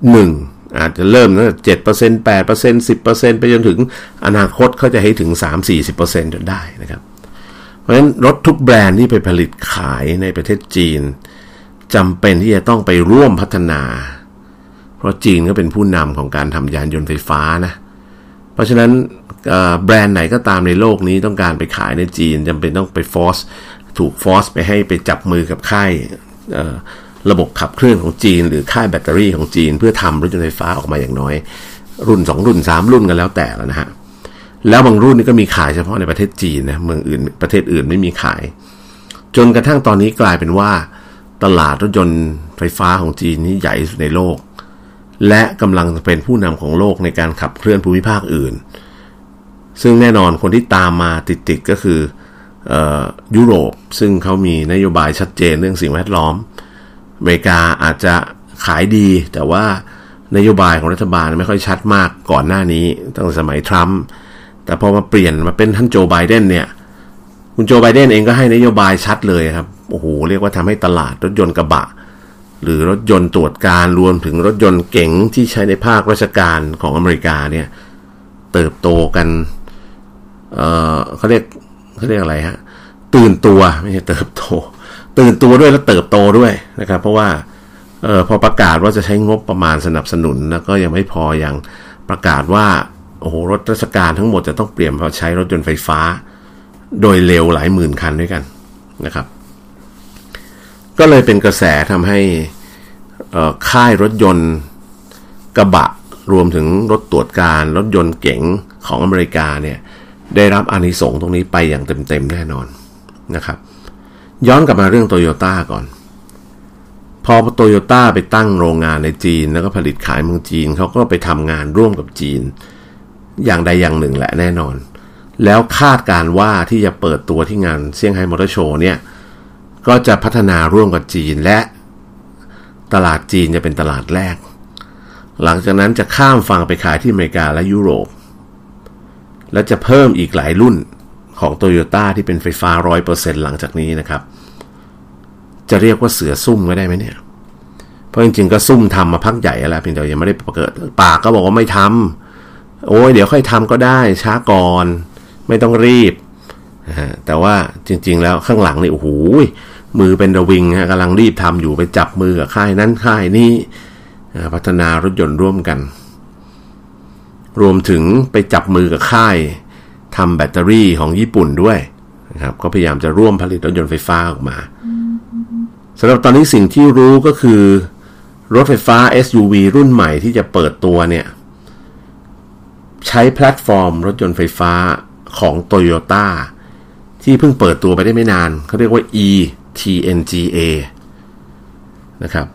1อาจจะเริ่มตั้งแต่ 7% 8% 10% ไปจนถึงอนาคตเขาจะให้ถึง 3-40% จนได้นะครับเพราะฉะนั้นรถทุกแบรนด์ที่ไปผลิตขายในประเทศจีนจำเป็นที่จะต้องไปร่วมพัฒนาเพราะจีนก็เป็นผู้นำของการทำยานยนต์ไฟฟ้านะเพราะฉะนั้นแบรนด์ไหนก็ตามในโลกนี้ต้องการไปขายในจีนจำเป็นต้องไปถูกฟอร์สไปให้ไปจับมือกับค่ายระบบขับเคลื่อนของจีนหรือค่ายแบตเตอรี่ของจีนเพื่อทำรถยนต์ไฟฟ้าออกมาอย่างน้อยรุ่น2รุ่น3รุ่นกันแล้วแต่แล้วนะฮะแล้วบางรุ่นนี่ก็มีขายเฉพาะในประเทศจีนนะเมืองอื่นประเทศอื่นไม่มีขายจนกระทั่งตอนนี้กลายเป็นว่าตลาดรถยนต์ไฟฟ้าของจีนนี่ใหญ่สุดในโลกและกำลังเป็นผู้นำของโลกในการขับเคลื่อนภูมิภาคอื่นซึ่งแน่นอนคนที่ตามมาติดก็คือยุโรปซึ่งเขามีนโยบายชัดเจนเรื่องสิ่งแวดล้อมอเมริกาอาจจะขายดีแต่ว่านโยบายของรัฐบาลไม่ค่อยชัดมากก่อนหน้านี้ตั้งแต่สมัยทรัมป์แต่พอมาเปลี่ยนมาเป็นท่านโจไบเดนเนี่ยคุณโจไบเดนเองก็ให้นโยบายชัดเลยครับโอ้โหเรียกว่าทำให้ตลาดรถยนต์กระบะหรือรถยนต์ตรวจการรวมถึงรถยนต์เก๋งที่ใช้ในภาคราชการของอเมริกาเนี่ยเติบโตกันเขาเรียกอะไรฮะตื่นตัวไม่ใช่เติบโตตื่นตัวด้วยแล้วเติบโตด้วยนะครับเพราะว่าพอประกาศว่าจะใช้งบประมาณสนับสนุนแล้วก็ยังไม่พออย่างประกาศว่าโอ้โหรถราชการทั้งหมดจะต้องเปลี่ยนมาใช้รถยนต์ไฟฟ้าโดยเร็วหลายหมื่นคันด้วยกันนะครับก็เลยเป็นกระแสทำให้ค่ายรถยนต์กระบะรวมถึงรถตรวจการรถยนต์เก๋งของอเมริกาเนี่ยได้รับอานิสงส์ตรงนี้ไปอย่างเต็มๆแน่นอนนะครับย้อนกลับมาเรื่องโตโยต้าก่อนพอโตโยต้าไปตั้งโรงงานในจีนแล้วก็ผลิตขายเมืองจีนเขาก็ไปทำงานร่วมกับจีนอย่างใดอย่างหนึ่งแหละแน่นอนแล้วคาดการว่าที่จะเปิดตัวที่งานเซี่ยงไฮ้มอเตอร์โชว์เนี่ยก็จะพัฒนาร่วมกับจีนและตลาดจีนจะเป็นตลาดแรกหลังจากนั้นจะข้ามฝั่งไปขายที่อเมริกาและยุโรปและจะเพิ่มอีกหลายรุ่นของ Toyota ที่เป็นไฟฟ้า 100% หลังจากนี้นะครับจะเรียกว่าเสือซุ่มก็ได้ไหมเนี่ยเพราะจริงๆก็ซุ่มทำมาพักใหญ่แล้วเพียงแต่ยังไม่ได้ประกาศปากก็บอกว่าไม่ทำโอ้ยเดี๋ยวค่อยทำก็ได้ช้าก่อนไม่ต้องรีบแต่ว่าจริงๆแล้วข้างหลังนี่โอ้โหมือเป็นระวิงฮะกำลังรีบทำอยู่ไปจับมือกับค่ายนั้นค่ายนี้พัฒนารถยนต์ร่วมกันรวมถึงไปจับมือกับค่ายทำแบตเตอรี่ของญี่ปุ่นด้วยนะครับก็พยายามจะร่วมผลิตรถยนต์ไฟฟ้าออกมาสำหรับตอนนี้สิ่งที่รู้ก็คือรถไฟฟ้า SUV รุ่นใหม่ที่จะเปิดตัวเนี่ยใช้แพลตฟอร์มรถยนต์ไฟฟ้าของ Toyota ที่เพิ่งเปิดตัวไปได้ไม่นานเขาเรียกว่า eTNGA นะครับ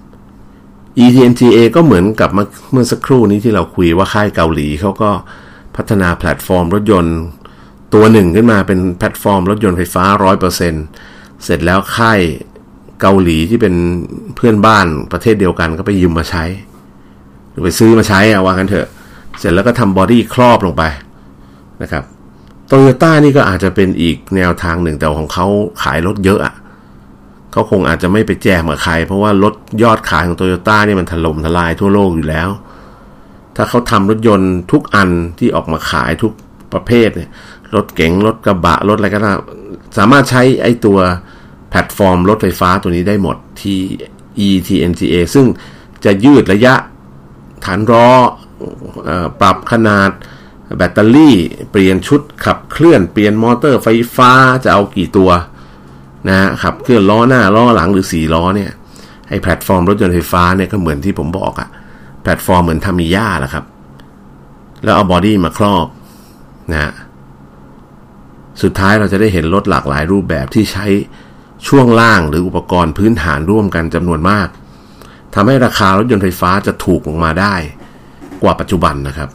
eTNGA ก็เหมือนกับเมื่อสักครู่นี้ที่เราคุยว่าค่ายเกาหลีเขาก็พัฒนาแพลตฟอร์มรถยนต์ตัวหนึ่งขึ้นมาเป็นแพลตฟอร์มรถยนต์ไฟฟ้า 100% เสร็จแล้วค่ายเกาหลีที่เป็นเพื่อนบ้านประเทศเดียวกันก็ไปยืมมาใช้หรือไปซื้อมาใช้ว่ากันเถอะเสร็จแล้วก็ทำบอดี้ครอบลงไปนะครับโตโยต้านี่ก็อาจจะเป็นอีกแนวทางหนึ่งแต่ของเขาขายรถเยอะอ่ะเขาคงอาจจะไม่ไปแจกกับใครเพราะว่ารถยอดขายของโตโยต้านี่มันถล่มทลายทั่วโลกอยู่แล้วถ้าเขาทำรถยนต์ทุกอันที่ออกมาขายทุกประเภทเนี่ยรถเก๋งรถกระบะรถอะไรก็ได้สามารถใช้ไอ้ตัวแพลตฟอร์มรถไฟฟ้าตัวนี้ได้หมดที่ eTNGA ซึ่งจะยืดระยะฐานล้อปรับขนาดแบตเตอรี่เปลี่ยนชุดขับเคลื่อนเปลี่ยนมอเตอร์ไฟฟ้าจะเอากี่ตัวนะฮะขับเคลื่อนล้อหน้าล้อหลังหรือ4ล้อเนี่ยไอ้แพลตฟอร์มรถยนต์ไฟฟ้าเนี่ยก็เหมือนที่ผมบอกอะแพลตฟอร์มเหมือนทามิย่าแหละครับแล้วเอาบอดี้มาครอบนะสุดท้ายเราจะได้เห็นรถหลากหลายรูปแบบที่ใช้ช่วงล่างหรืออุปกรณ์พื้นฐานร่วมกันจำนวนมากทำให้ราคารถยนต์ไฟฟ้าจะถูกลงมาได้กว่าปัจจุบันนะครับ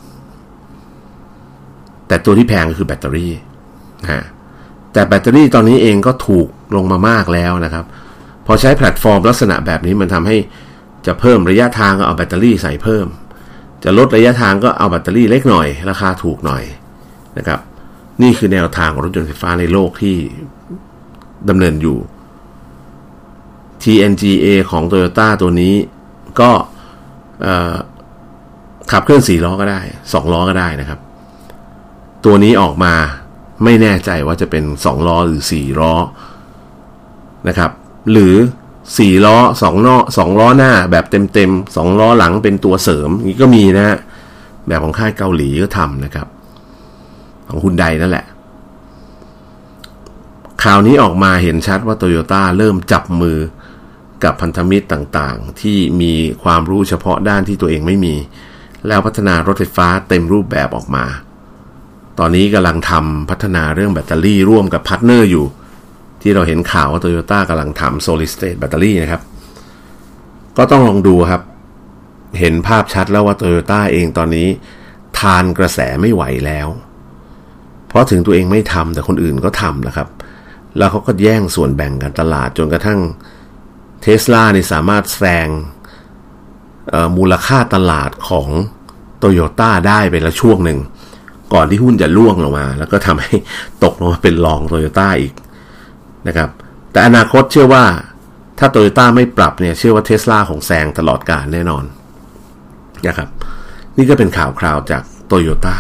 แต่ตัวที่แพงก็คือแบตเตอรี่นะแต่แบตเตอรี่ตอนนี้เองก็ถูกลงมามากแล้วนะครับพอใช้แพลตฟอร์มลักษณะแบบนี้มันทำให้จะเพิ่มระยะทางก็เอาแบตเตอรี่ใส่เพิ่มจะลดระยะทางก็เอาแบตเตอรี่เล็กหน่อยราคาถูกหน่อยนะครับนี่คือแนวทางของรถยนต์ไฟฟ้าในโลกที่ดำเนินอยู่ TNGA ของ Toyota ตัวนี้ก็ขับเคลื่อน4ล้อก็ได้2ล้อก็ได้นะครับตัวนี้ออกมาไม่แน่ใจว่าจะเป็น2ล้อหรือ4ล้อนะครับหรือ4ล้อ2ล้อหน้าแบบเต็มๆ2ล้อหลังเป็นตัวเสริมนี่ก็มีนะฮะแบบของค่ายเกาหลีก็ทำนะครับของฮุนไดนั่นแหละข่าวนี้ออกมาเห็นชัดว่า Toyota เริ่มจับมือกับพันธมิตรต่างๆที่มีความรู้เฉพาะด้านที่ตัวเองไม่มีแล้วพัฒนารถไฟฟ้าเต็มรูปแบบออกมาตอนนี้กำลังทำพัฒนาเรื่องแบตเตอรี่ร่วมกับพาร์ทเนอร์อยู่ที่เราเห็นข่าวว่า Toyota กำลังทำ Solid State Battery นะครับก็ต้องลองดูครับเห็นภาพชัดแล้วว่า Toyota เองตอนนี้ทานกระแสไม่ไหวแล้วเพราะถึงตัวเองไม่ทำแต่คนอื่นก็ทำนะครับแล้วเขาก็แย่งส่วนแบ่งกันตลาดจนกระทั่ง Tesla นี่สามารถแซงมูลค่าตลาดของ Toyota ได้ไปละช่วงหนึ่งก่อนที่หุ้นจะร่วงลงมาแล้วก็ทำให้ตกลงมาเป็นรอง Toyota อีกนะครับแต่อนาคตเชื่อว่าถ้า Toyota ไม่ปรับเนี่ยเชื่อว่า Tesla ของแซงตลอดกาลแน่นอนนะครับนี่ก็เป็นข่าวคราวจาก Toyota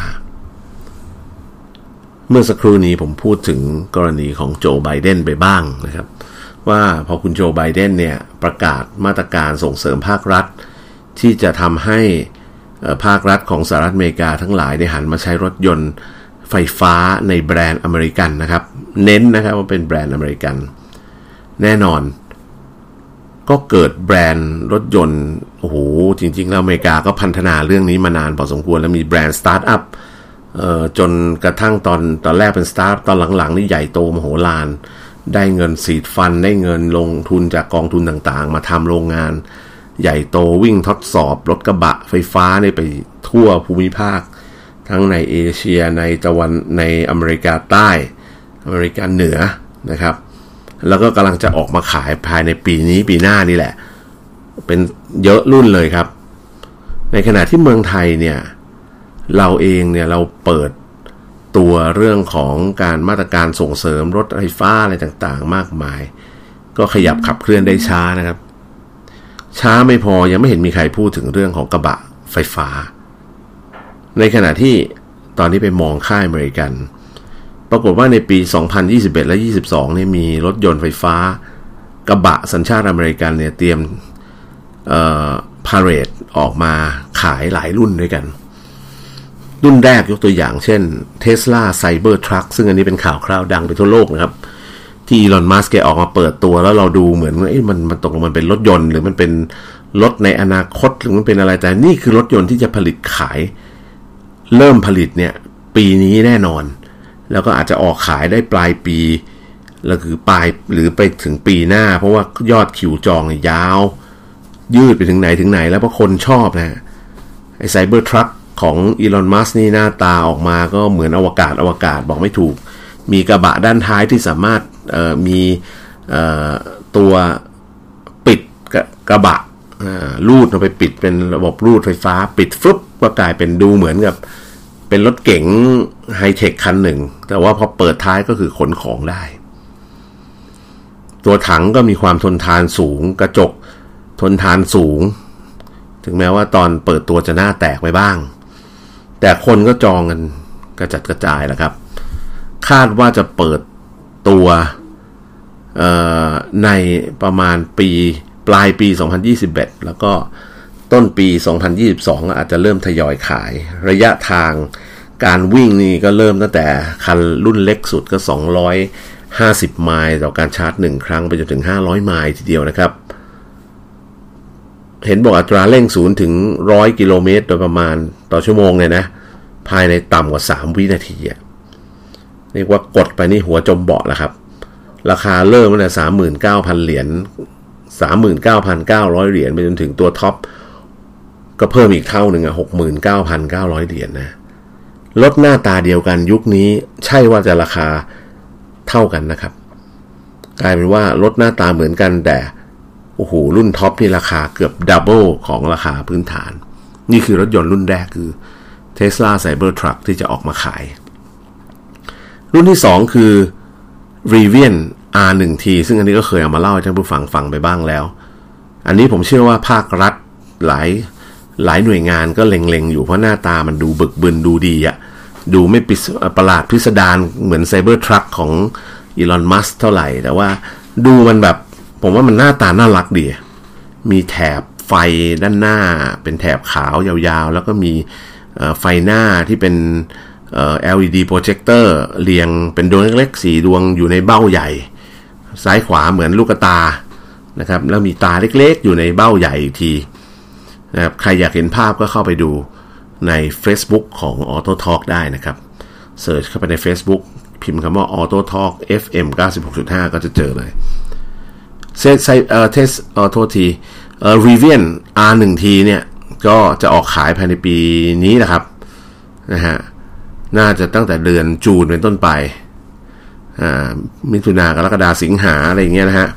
เมื่อสักครู่นี้ผมพูดถึงกรณีของโจไบเดนไปบ้างนะครับว่าพอคุณโจไบเดนเนี่ยประกาศมาตรการส่งเสริมภาครัฐที่จะทำให้ภาครัฐของสหรัฐอเมริกาทั้งหลายได้หันมาใช้รถยนต์ไฟฟ้าในแบรนด์อเมริกันนะครับเน้นนะครับว่าเป็นแบรนด์อเมริกันแน่นอนก็เกิดแบรนด์รถยนต์โอ้โหจริงๆแล้วอเมริกาก็พัฒนาเรื่องนี้มานานพอสมควรแล้วมีแบรนด์สตาร์ทอัพจนกระทั่งตอนแรกเป็นสตาร์ทตอนหลังๆนี่ใหญ่โตมโหฬารได้เงินซีดฟันได้เงินลงทุนจากกองทุนต่างๆมาทำโรงงานใหญ่โตวิ่งทดสอบรถกระบะไฟฟ้าไปทั่วภูมิภาคทั้งในเอเชียในอเมริกาใต้อเมริกาเหนือนะครับแล้วก็กำลังจะออกมาขายภายในปีหน้านี่แหละเป็นเยอะรุ่นเลยครับในขณะที่เมืองไทยเนี่ยเราเองเนี่ยเราเปิดตัวเรื่องของการมาตรการส่งเสริมรถไฟฟ้าอะไรต่างๆมากมายก็ขยับขับเคลื่อนได้ช้านะครับช้าไม่พอยังไม่เห็นมีใครพูดถึงเรื่องของกระบะไฟฟ้าในขณะที่ตอนนี้ไปมองค่ายอเมริกันปรากฏว่าในปี 2021 และ 22 เนี่ยมีรถยนต์ไฟฟ้ากระบะสัญชาติอเมริกันเนี่ยเตรียมพาเรดออกมาขายหลายรุ่นด้วยกันรุ่นแรกยกตัวอย่างเช่น Tesla Cybertruck ซึ่งอันนี้เป็นข่าวคราวดังไปทั่วโลกนะครับที่อีลอนมัสก์แกออกมาเปิดตัวแล้วเราดูเหมือนว่ามันตกลงมันเป็นรถยนต์หรือมันเป็นรถในอนาคตหรือมันเป็นอะไรแต่นี่คือรถยนต์ที่จะผลิตขายเริ่มผลิตเนี่ยปีนี้แน่นอนแล้วก็อาจจะออกขายได้ปลายปีแล้วคือปลายหรือไปถึงปีหน้าเพราะว่ายอดคิวจองยาวยืดไปถึงไหนแล้วเพราะคนชอบนะไอ้ Cybertruck ของอีลอนมัสก์นี่หน้าตาออกมาก็เหมือนอวกาศบอกไม่ถูกมีกระบะด้านท้ายที่สามารถมีตัวปิดกระบะลูดลงไปปิดเป็นระบบรูดไฟฟ้าปิดฟึบก็กลายเป็นดูเหมือนกับเป็นรถเก๋งไฮเทคคันหนึ่งแต่ว่าพอเปิดท้ายก็คือขนของได้ตัวถังก็มีความทนทานสูงกระจกทนทานสูงถึงแม้ว่าตอนเปิดตัวจะหน้าแตกไปบ้างแต่คนก็จองกันกระจัดกระจายแล้วครับคาดว่าจะเปิดตัวในประมาณปลายปี 2021 แล้วก็ต้นปี 2022 อาจจะเริ่มทยอยขายระยะทางการวิ่งนี่ก็เริ่มตั้งแต่คันรุ่นเล็กสุดก็250 ไมล์ต่อการชาร์จ1ครั้งไปจนถึง500 ไมล์ทีเดียวนะครับเห็นบอกอัตราเร่ง0ถึง100 กิโลเมตรโดยประมาณต่อชั่วโมงเนี่ยนะภายในต่ำกว่า3วินาทีเรียกว่ากดไปนี่หัวจมเบาะแล้วครับราคาเริ่มตั้งแต่ 39,000 เหรียญ 39,900 เหรียญไปจนถึงตัวท็อปก็เพิ่มอีกเท่านึง69,900 เหรียญนะรถหน้าตาเดียวกันยุคนี้ใช่ว่าจะราคาเท่ากันนะครับกลายเป็นว่ารถหน้าตาเหมือนกันแต่โอ้โหรุ่นท็อปนี่ราคาเกือบดับเบิลของราคาพื้นฐานนี่คือรถยนต์รุ่นแรกคือ Tesla Cybertruck ที่จะออกมาขายรุ่นที่2คือ Rivian R1T ซึ่งอันนี้ก็เคยเอามาเล่าให้ท่านผู้ฟังไปบ้างแล้วอันนี้ผมเชื่อว่าภาครัฐหลายหลายหน่วยงานก็เล็งๆอยู่เพราะหน้าตามันดูบึกบึนดูดีอะดูไม่ประหลาดพิสดารเหมือนไซเบอร์ทรัคของอีลอนมัสก์เท่าไหร่แต่ว่าดูมันแบบผมว่ามันหน้าตาน่ารักดีมีแถบไฟด้านหน้าเป็นแถบขาวยาวๆแล้วก็มีไฟหน้าที่เป็นLED โปรเจคเตอร์เรียงเป็นดวงเล็กๆ4ดวงอยู่ในเบ้าใหญ่ซ้ายขวาเหมือนลูกตานะครับแล้วมีตาเล็กๆอยู่ในเบ้าใหญ่อีกทีนะครับใครอยากเห็นภาพก็เข้าไปดูใน Facebook ของ Auto Talk ได้นะครับเสิร์ชเข้าไปใน Facebook พิมพ์คำว่า Auto Talk FM 96.5 ก็จะเจอเลยเทสโทษทีRivian R1T เนี่ยก็จะออกขายภายในปีนี้นะครับนะฮะน่าจะตั้งแต่เดือนจูนเป็นต้นไปมิถุนายนกรกฎาคมสิงหาอะไรอย่างเงี้ยนะฮะ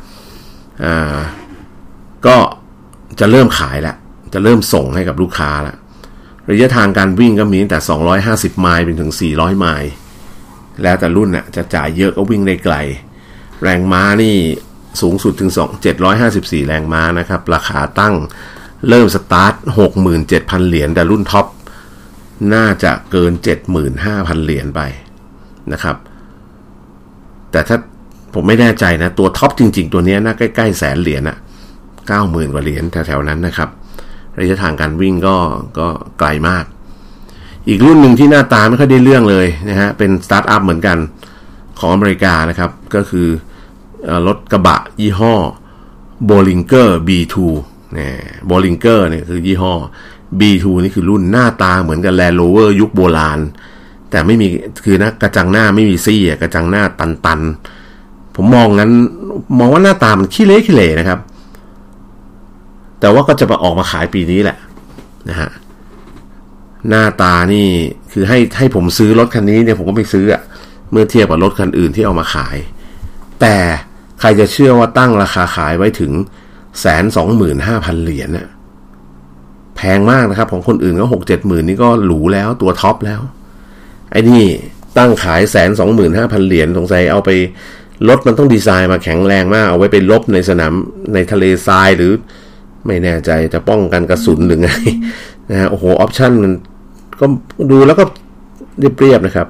ก็จะเริ่มขายแล้วจะเริ่มส่งให้กับลูกค้าแล้วระยะทางการวิ่งก็มีตั้งแต่250ไมล์ไปถึง400ไมล์แล้วแต่รุ่นน่ะจะจ่ายเยอะก็วิ่งได้ไกลแรงม้านี่สูงสุดถึง754แรงม้านะครับราคาตั้งเริ่มสตาร์ท 67,000 เหรียญแต่รุ่นท็อปน่าจะเกิน 75,000 เหรียญไปนะครับแต่ถ้าผมไม่แน่ใจนะตัวท็อปจริงๆตัวนี้น่าใกล้ๆแสนเหรียญอะ90,000 กว่าเหรียญแถวๆนั้นนะครับระยะทางการวิ่งก็ไกลมากอีกรุ่นหนึ่งที่หน้าตาไม่ค่อยได้เรื่องเลยนะฮะเป็นสตาร์ทอัพเหมือนกันของอเมริกานะครับก็คือรถกระบะยี่ห้อ Bollinger B2 เนี่ย Bollinger เนี่ยคือยี่ห้อ B2 นี่คือรุ่นหน้าตาเหมือนกับ Land Rover ยุคโบราณแต่ไม่มีคือนะกระจังหน้าไม่มีซี่กระจังหน้าตันผมมองว่าหน้าตามันขี้เละนะครับแต่ว่าก็จะออกมาขายปีนี้แหละนะฮะหน้าตานี่คือให้ผมซื้อรถคันนี้เนี่ยผมก็ไม่ซื้ออะเมื่อเทียบกับรถคันอื่นที่เอามาขายแต่ใครจะเชื่อว่าตั้งราคาขายไว้ถึง 125,000 เหรียญน่ะแพงมากนะครับของคนอื่นก็ 6-7 หมื่นนี่ก็หรูแล้วตัวท็อปแล้วไอ้นี่ตั้งขาย 125,000 เหรียญสงสัยเอาไปรถมันต้องดีไซน์มาแข็งแรงมากเอาไว้ไปลบในสนามในทะเลทรายหรือไม่แน่ใจจะป้องกันกระสุนหรือไงนะฮะโอ้โหออปชั่นมันก็ดูแล้วก็เรียบๆนะครับ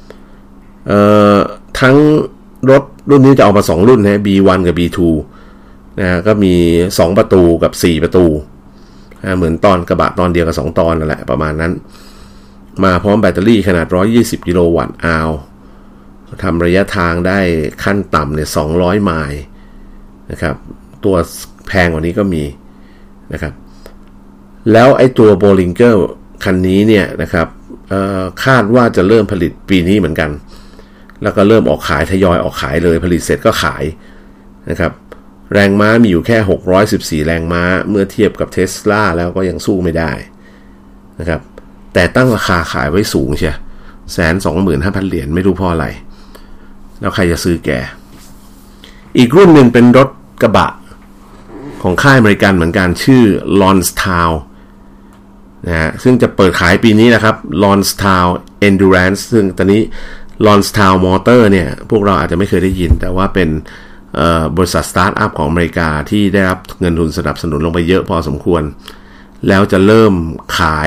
ทั้งรถรุ่นนี้จะออกมา2รุ่นนะ B1 กับ B2 นะก็มี2ประตูกับ4ประตูเหมือนตอนกระบะตอนเดียวกับ2ตอนนั่นแหละประมาณนั้นมาพร้อมแบตเตอรี่ขนาด120กิโลวัตต์อาวทำระยะทางได้ขั้นต่ำเนี่ย200ไมล์นะครับตัวแพงกว่านี้ก็มีนะครับแล้วไอ้ตัว Bollinger คันนี้เนี่ยนะครับคาดว่าจะเริ่มผลิตปีนี้เหมือนกันแล้วก็เริ่มออกขายทยอยออกขายเลยผลิตเสร็จก็ขายนะครับแรงม้ามีอยู่แค่614แรงม้าเมื่อเทียบกับ Tesla แล้วก็ยังสู้ไม่ได้นะครับแต่ตั้งราคาขายไว้สูงเชีย 125,000 เหรียญไม่รู้เพราะอะไรแล้วใครจะซื้อแกอีกรุ่นหนึ่งเป็นรถกระบะของค่ายอเมริกันเหมือนกันชื่อ Lordstown นะฮะซึ่งจะเปิดขายปีนี้นะครับ Lordstown Endurance ซึ่งตอนนี้ Lordstown Motor เนี่ยพวกเราอาจจะไม่เคยได้ยินแต่ว่าเป็นบริษัทสตาร์ทอัพของอเมริกาที่ได้รับเงินทุนสนับสนุนลงไปเยอะพอสมควรแล้วจะเริ่มขาย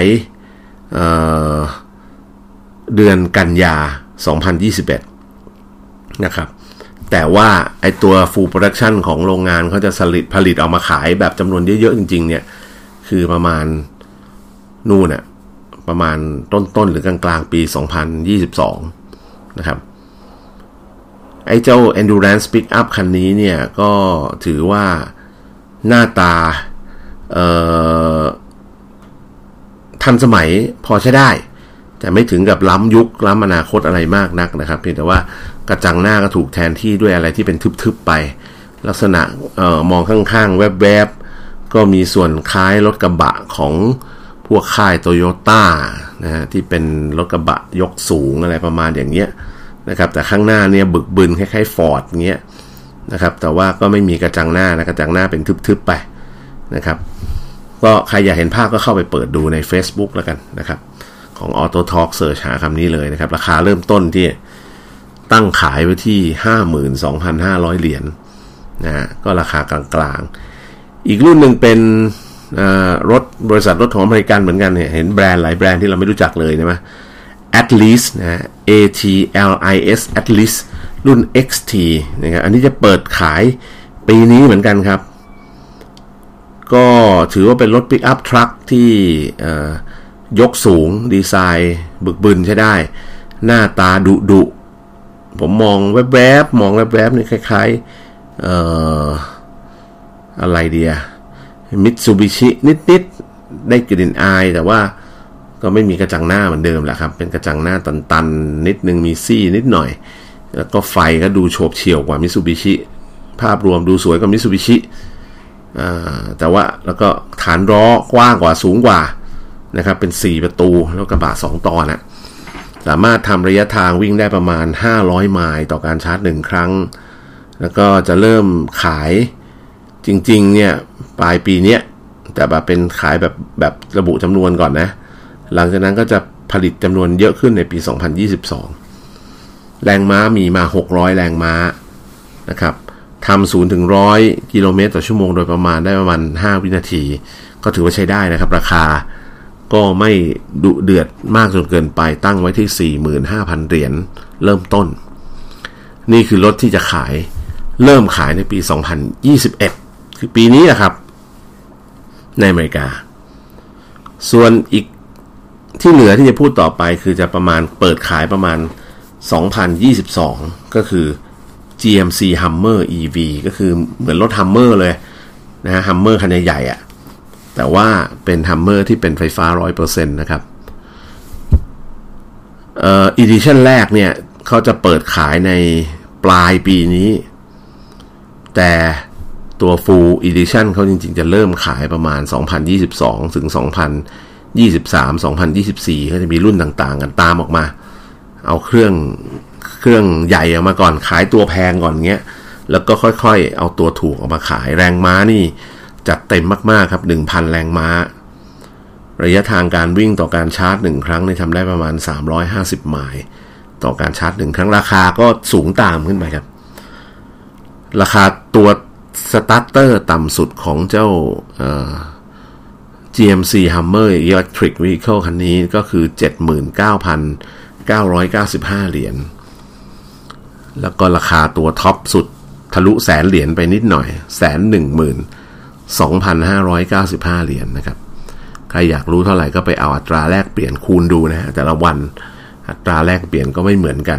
เดือนกันยา2021นะครับแต่ว่าไอตัว full production ของโรงงานเขาจะผลิตออกมาขายแบบจำนวนเยอะๆจริงๆเนี่ยคือประมาณนู่นน่ะประมาณต้นหรือกลางๆปี2022นะครับไอ้เจ้า Endurance Pickup คันนี้เนี่ยก็ถือว่าหน้าตาทันสมัยพอใช้ได้แต่ไม่ถึงกับล้ำยุคล้ำอนาคตอะไรมากนักนะครับเพียงแต่ว่ากระจังหน้าก็ถูกแทนที่ด้วยอะไรที่เป็นทึบๆไปลักษณะมองข้างๆแวบๆก็มีส่วนคล้ายรถกระบะของพวกค่ายโตโยต้านะฮะที่เป็นรถกระบะยกสูงอะไรประมาณอย่างเงี้ยนะครับแต่ข้างหน้าเนี่ยบึกบึนคล้ายๆฟอร์ดเงี้ยนะครับแต่ว่าก็ไม่มีกระจังหน้านะกระจังหน้าเป็นทึบๆไปนะครับก็ใครอยากเห็นภาพก็เข้าไปเปิดดูใน Facebook แล้วกันนะครับของ Auto Talk เสิร์ชหาคำนี้เลยนะครับราคาเริ่มต้นที่ตั้งขายไว้ที่ 52,500 เหรียญนะฮะก็ราคากลางๆอีกรุ่นหนึ่งเป็นรถบริษัทรถของอเมริกันเหมือนกันเนี่ยเห็นแบรนด์หลายแบรนด์ที่เราไม่รู้จักเลยใช่ไหม Atlas นะ ATLIS Atlas รุ่น XT นะครับอันนี้จะเปิดขายปีนี้เหมือนกันครับก็ถือว่าเป็นรถปิกอัพทรัคที่ยกสูงดีไซน์บึกบึนใช้ได้หน้าตาดุผมมองแวบๆนี่คล้ายๆอะไรเดียมิตซูบิชินิดๆได้กลิ่นอายแต่ว่าก็ไม่มีกระจังหน้าเหมือนเดิมแหละครับเป็นกระจังหน้าตันๆนิดนึงมีซี่นิดหน่อยแล้วก็ไฟก็ดูโฉบเฉี่ยวกว่ามิตซูบิชิภาพรวมดูสวยกว่ามิตซูบิชิแต่ว่าแล้วก็ฐานล้อกว้างกว่าสูงกว่านะครับเป็น4ประตูแล้วกระบะ2ตอนนะสามารถทำระยะทางวิ่งได้ประมาณ500ไมล์ต่อการชาร์จ1ครั้งแล้วก็จะเริ่มขายจริงๆเนี่ยปลายปีนี้แต่แบบเป็นขายแบบระบุจำนวนก่อนนะหลังจากนั้นก็จะผลิตจำนวนเยอะขึ้นในปี2022แรงม้ามีมา600แรงม้านะครับทำ0 ถึง 100 กิโลเมตรต่อชั่วโมงโดยประมาณได้ประมาณ5วินาทีก็ถือว่าใช้ได้นะครับราคาก็ไม่ดุเดือดมากจนเกินไปตั้งไว้ที่ 45,000 เหรียญเริ่มต้นนี่คือรถที่จะเริ่มขายในปี2021คือปีนี้นะครับในอเมริกาส่วนอีกที่เหลือที่จะพูดต่อไปคือจะประมาณเปิดขายประมาณ2022ก็คือ GMC Hummer EV ก็คือเหมือนรถ Hummer เลยนะฮะ Hummer คันใหญ่ๆอ่ะแต่ว่าเป็น Hummer ที่เป็นไฟฟ้า 100% นะครับedition แรกเนี่ยเขาจะเปิดขายในปลายปีนี้แต่ตัว Full Edition เขาจริงๆจะเริ่มขายประมาณ2022ถึง2023 2024ก็จะมีรุ่นต่างๆกันตามออกมาเอาเครื่องใหญ่ออกมาก่อนขายตัวแพงก่อนเงี้ยแล้วก็ค่อยๆเอาตัวถูกออกมาขายแรงม้านี่จัดเต็มมากๆครับ 1,000 แรงม้าระยะทางการวิ่งต่อการชาร์จ1ครั้งนี่ทำได้ประมาณ350ไมล์ต่อการชาร์จ1ครั้งราคาก็สูงตามขึ้นไปครับราคาตัวสตาร์เตอร์ต่ำสุดของเจ้าGMC Hummer Electric Vehicle คันนี้ก็คือ 79,995 เหรียญแล้วก็ราคาตัวท็อปสุดทะลุแสนเหรียญไปนิดหน่อย 112,595 เหรียญนะครับใครอยากรู้เท่าไหร่ก็ไปเอาอัตราแลกเปลี่ยนคูณดูนะฮะแต่ละวันอัตราแลกเปลี่ยนก็ไม่เหมือนกัน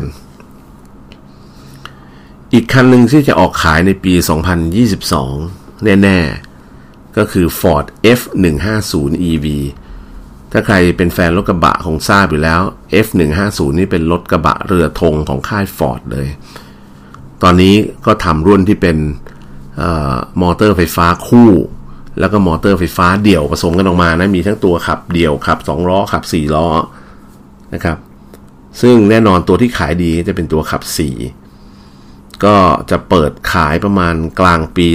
อีกคันหนึ่งที่จะออกขายในปี2022แน่ๆก็คือ Ford F150 EV ถ้าใครเป็นแฟนรถกระบะคงทราบอยู่แล้ว F150 นี่เป็นรถกระบะเรือธงของค่าย Ford เลยตอนนี้ก็ทำรุ่นที่เป็นมอเตอร์ไฟฟ้าคู่แล้วก็มอเตอร์ไฟฟ้าเดี่ยวผสมกันออกมานะมีทั้งตัวขับเดี่ยวขับ2ล้อขับ4ล้อนะครับซึ่งแน่นอนตัวที่ขายดีจะเป็นตัวขับ4ก็จะเปิดขายประมาณกลางปี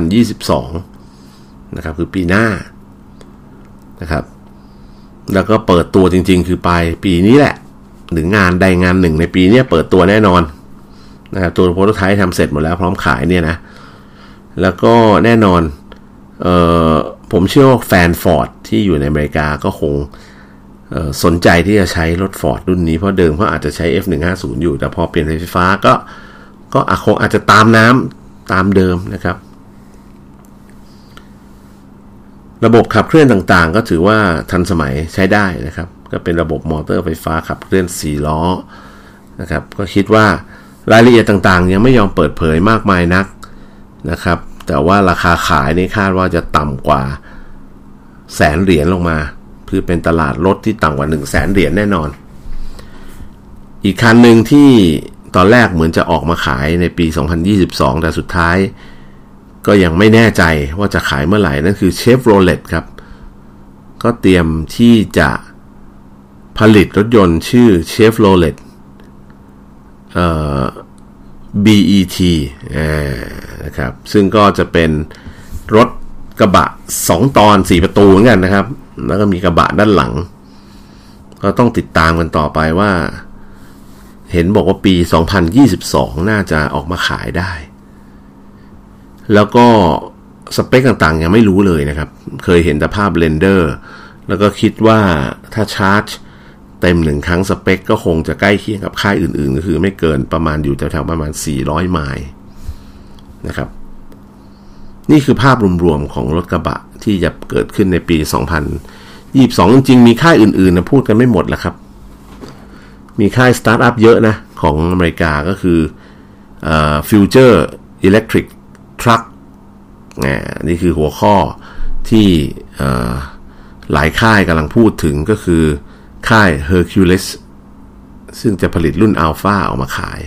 2022นะครับคือปีหน้านะครับแล้วก็เปิดตัวจริงๆคือปลายปีนี้แหละหรืองานใดงานหนึ่งในปีนี้เปิดตัวแน่นอนนะครับตัวโปรโตไทป์ทำเสร็จหมดแล้วพร้อมขายเนี่ยนะแล้วก็แน่นอนผมเชื่อว่าแฟน Ford ที่อยู่ในอเมริกาก็คงสนใจที่จะใช้รถ Ford รุ่นนี้เพราะเดิมเขาอาจจะใช้ F150 อยู่แต่พอเปลี่ยนไฟฟ้าก็คงอาจจะตามน้ำตามเดิมนะครับระบบขับเคลื่อนต่างๆก็ถือว่าทันสมัยใช้ได้นะครับก็เป็นระบบมอเตอร์ไฟฟ้าขับเคลื่อน4ล้อนะครับก็คิดว่ารายละเอียดต่างๆยังไม่ยอมเปิดเผยมากมายนักนะครับแต่ว่าราคาขายนี่คาดว่าจะต่ำกว่าแสนเหรียญลงมาคือเป็นตลาดรถที่ต่ำกว่า 100,000 เหรียญแน่นอนอีกคันหนึ่งที่ตอนแรกเหมือนจะออกมาขายในปี2022แต่สุดท้ายก็ยังไม่แน่ใจว่าจะขายเมื่อไหร่นั่นคือ Chevrolet ครับก็เตรียมที่จะผลิตรถยนต์ชื่อ Chevrolet BET นะครับซึ่งก็จะเป็นรถกระบะ2ตอน4ประตูเหมือนกันนะครับแล้วก็มีกระบะด้านหลังก็ต้องติดตามกันต่อไปว่าเห็นบอกว่าปี2022น่าจะออกมาขายได้แล้วก็สเปคต่างๆยังไม่รู้เลยนะครับเคยเห็นแต่ภาพเรนเดอร์แล้วก็คิดว่าถ้าชาร์จเต็ม1ครั้งสเปคก็คงจะใกล้เคียงกับค่ายอื่นๆก็คือไม่เกินประมาณอยู่แถวๆประมาณ400ไมล์นะครับนี่คือภาพรวมๆของรถกระบะที่จะเกิดขึ้นในปี2022จริงๆมีค่ายอื่นๆนะพูดกันไม่หมดแล้วครับมีค่ายสตาร์ทอัพเยอะนะของอเมริกาก็คือFuture Electric Truck นี่คือหัวข้อที่หลายค่ายกำลังพูดถึงก็คือค่าย Hercules ซึ่งจะผลิตรุ่น Alpha ออกมาขาย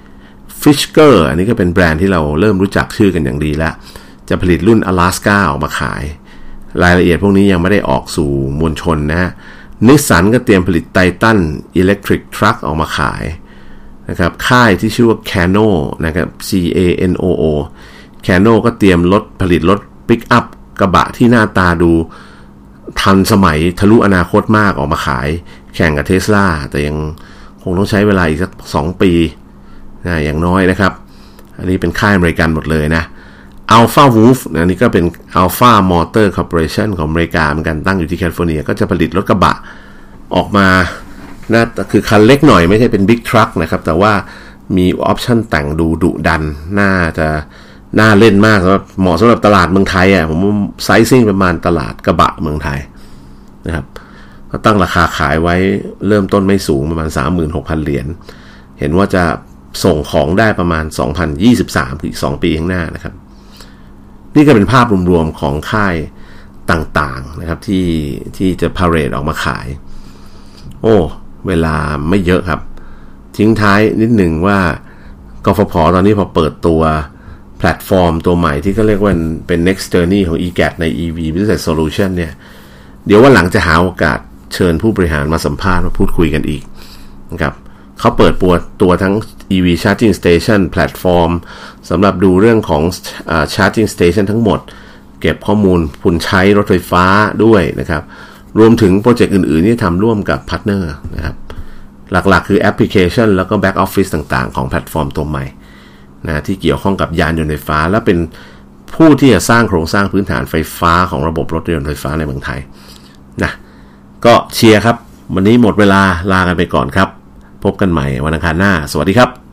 Fisker อันนี้ก็เป็นแบรนด์ที่เราเริ่มรู้จักชื่อกันอย่างดีแล้วจะผลิตรุ่น Alaska ออกมาขายรายละเอียดพวกนี้ยังไม่ได้ออกสู่มวลชนนะนิสสันก็เตรียมผลิต Titan Electric Truck ออกมาขายนะครับค่ายที่ชื่อว่า Cano นะครับ CANOO Cano ก็เตรียมผลิตรถปิกอัพกระบะที่หน้าตาดูทันสมัยทะลุอนาคตมากออกมาขายแข่งกับ Tesla แต่ยังคงต้องใช้เวลาอีกสัก2 ปีนะอย่างน้อยนะครับอันนี้เป็นค่ายอเมริกันหมดเลยนะ Alpha Wolf อันนี้ก็เป็น Alpha Motor Corporation ของอเมริกาเหมือนกันตั้งอยู่ที่แคลิฟอร์เนียก็จะผลิตรถกระบะออกมานะคือคันเล็กหน่อยไม่ใช่เป็น Big Truck นะครับแต่ว่ามีออปชั่นแต่งดูดุดันน่าเล่นมากเหมาะสำหรับตลาดเมืองไทยผมไซซิ่งประมาณตลาดกระบะเมืองไทยนะครับก็ตั้งราคาขายไว้เริ่มต้นไม่สูงประมาณ 36,000 เหรียญเห็นว่าจะส่งของได้ประมาณ2023อีก2 ปีข้างหน้านะครับนี่ก็เป็นภาพรวมๆของค่ายต่างๆนะครับที่จะพาเรดออกมาขายโอ้เวลาไม่เยอะครับทิ้งท้ายนิดหนึ่งว่ากฟผ.ตอนนี้พอเปิดตัวแพลตฟอร์มตัวใหม่ที่เขาเรียกว่าเป็น next journey ของ EGAT ใน EV Business Solution เนี่ยเดี๋ยววันหลังจะหาโอกาสเชิญผู้บริหารมาสัมภาษณ์มาพูดคุยกันอีกนะครับเขาเปิดตัวทั้ง EV Charging Station แพลตฟอร์มสำหรับดูเรื่องของCharging Station ทั้งหมดเก็บข้อมูลคุณใช้รถไฟฟ้าด้วยนะครับรวมถึงโปรเจกต์อื่นๆที่ทำร่วมกับพาร์ทเนอร์นะครับหลักๆคือแอปพลิเคชันแล้วก็แบ็กออฟฟิศต่างๆของแพลตฟอร์มตัวใหม่นะที่เกี่ยวข้องกับยานยนต์ไฟฟ้าและเป็นผู้ที่จะสร้างโครงสร้างพื้นฐานไฟฟ้าของระบบรถยนต์ไฟฟ้าในเมืองไทยนะก็เชียร์ครับวันนี้หมดเวลาลากันไปก่อนครับพบกันใหม่วันอังคารหน้าสวัสดีครับ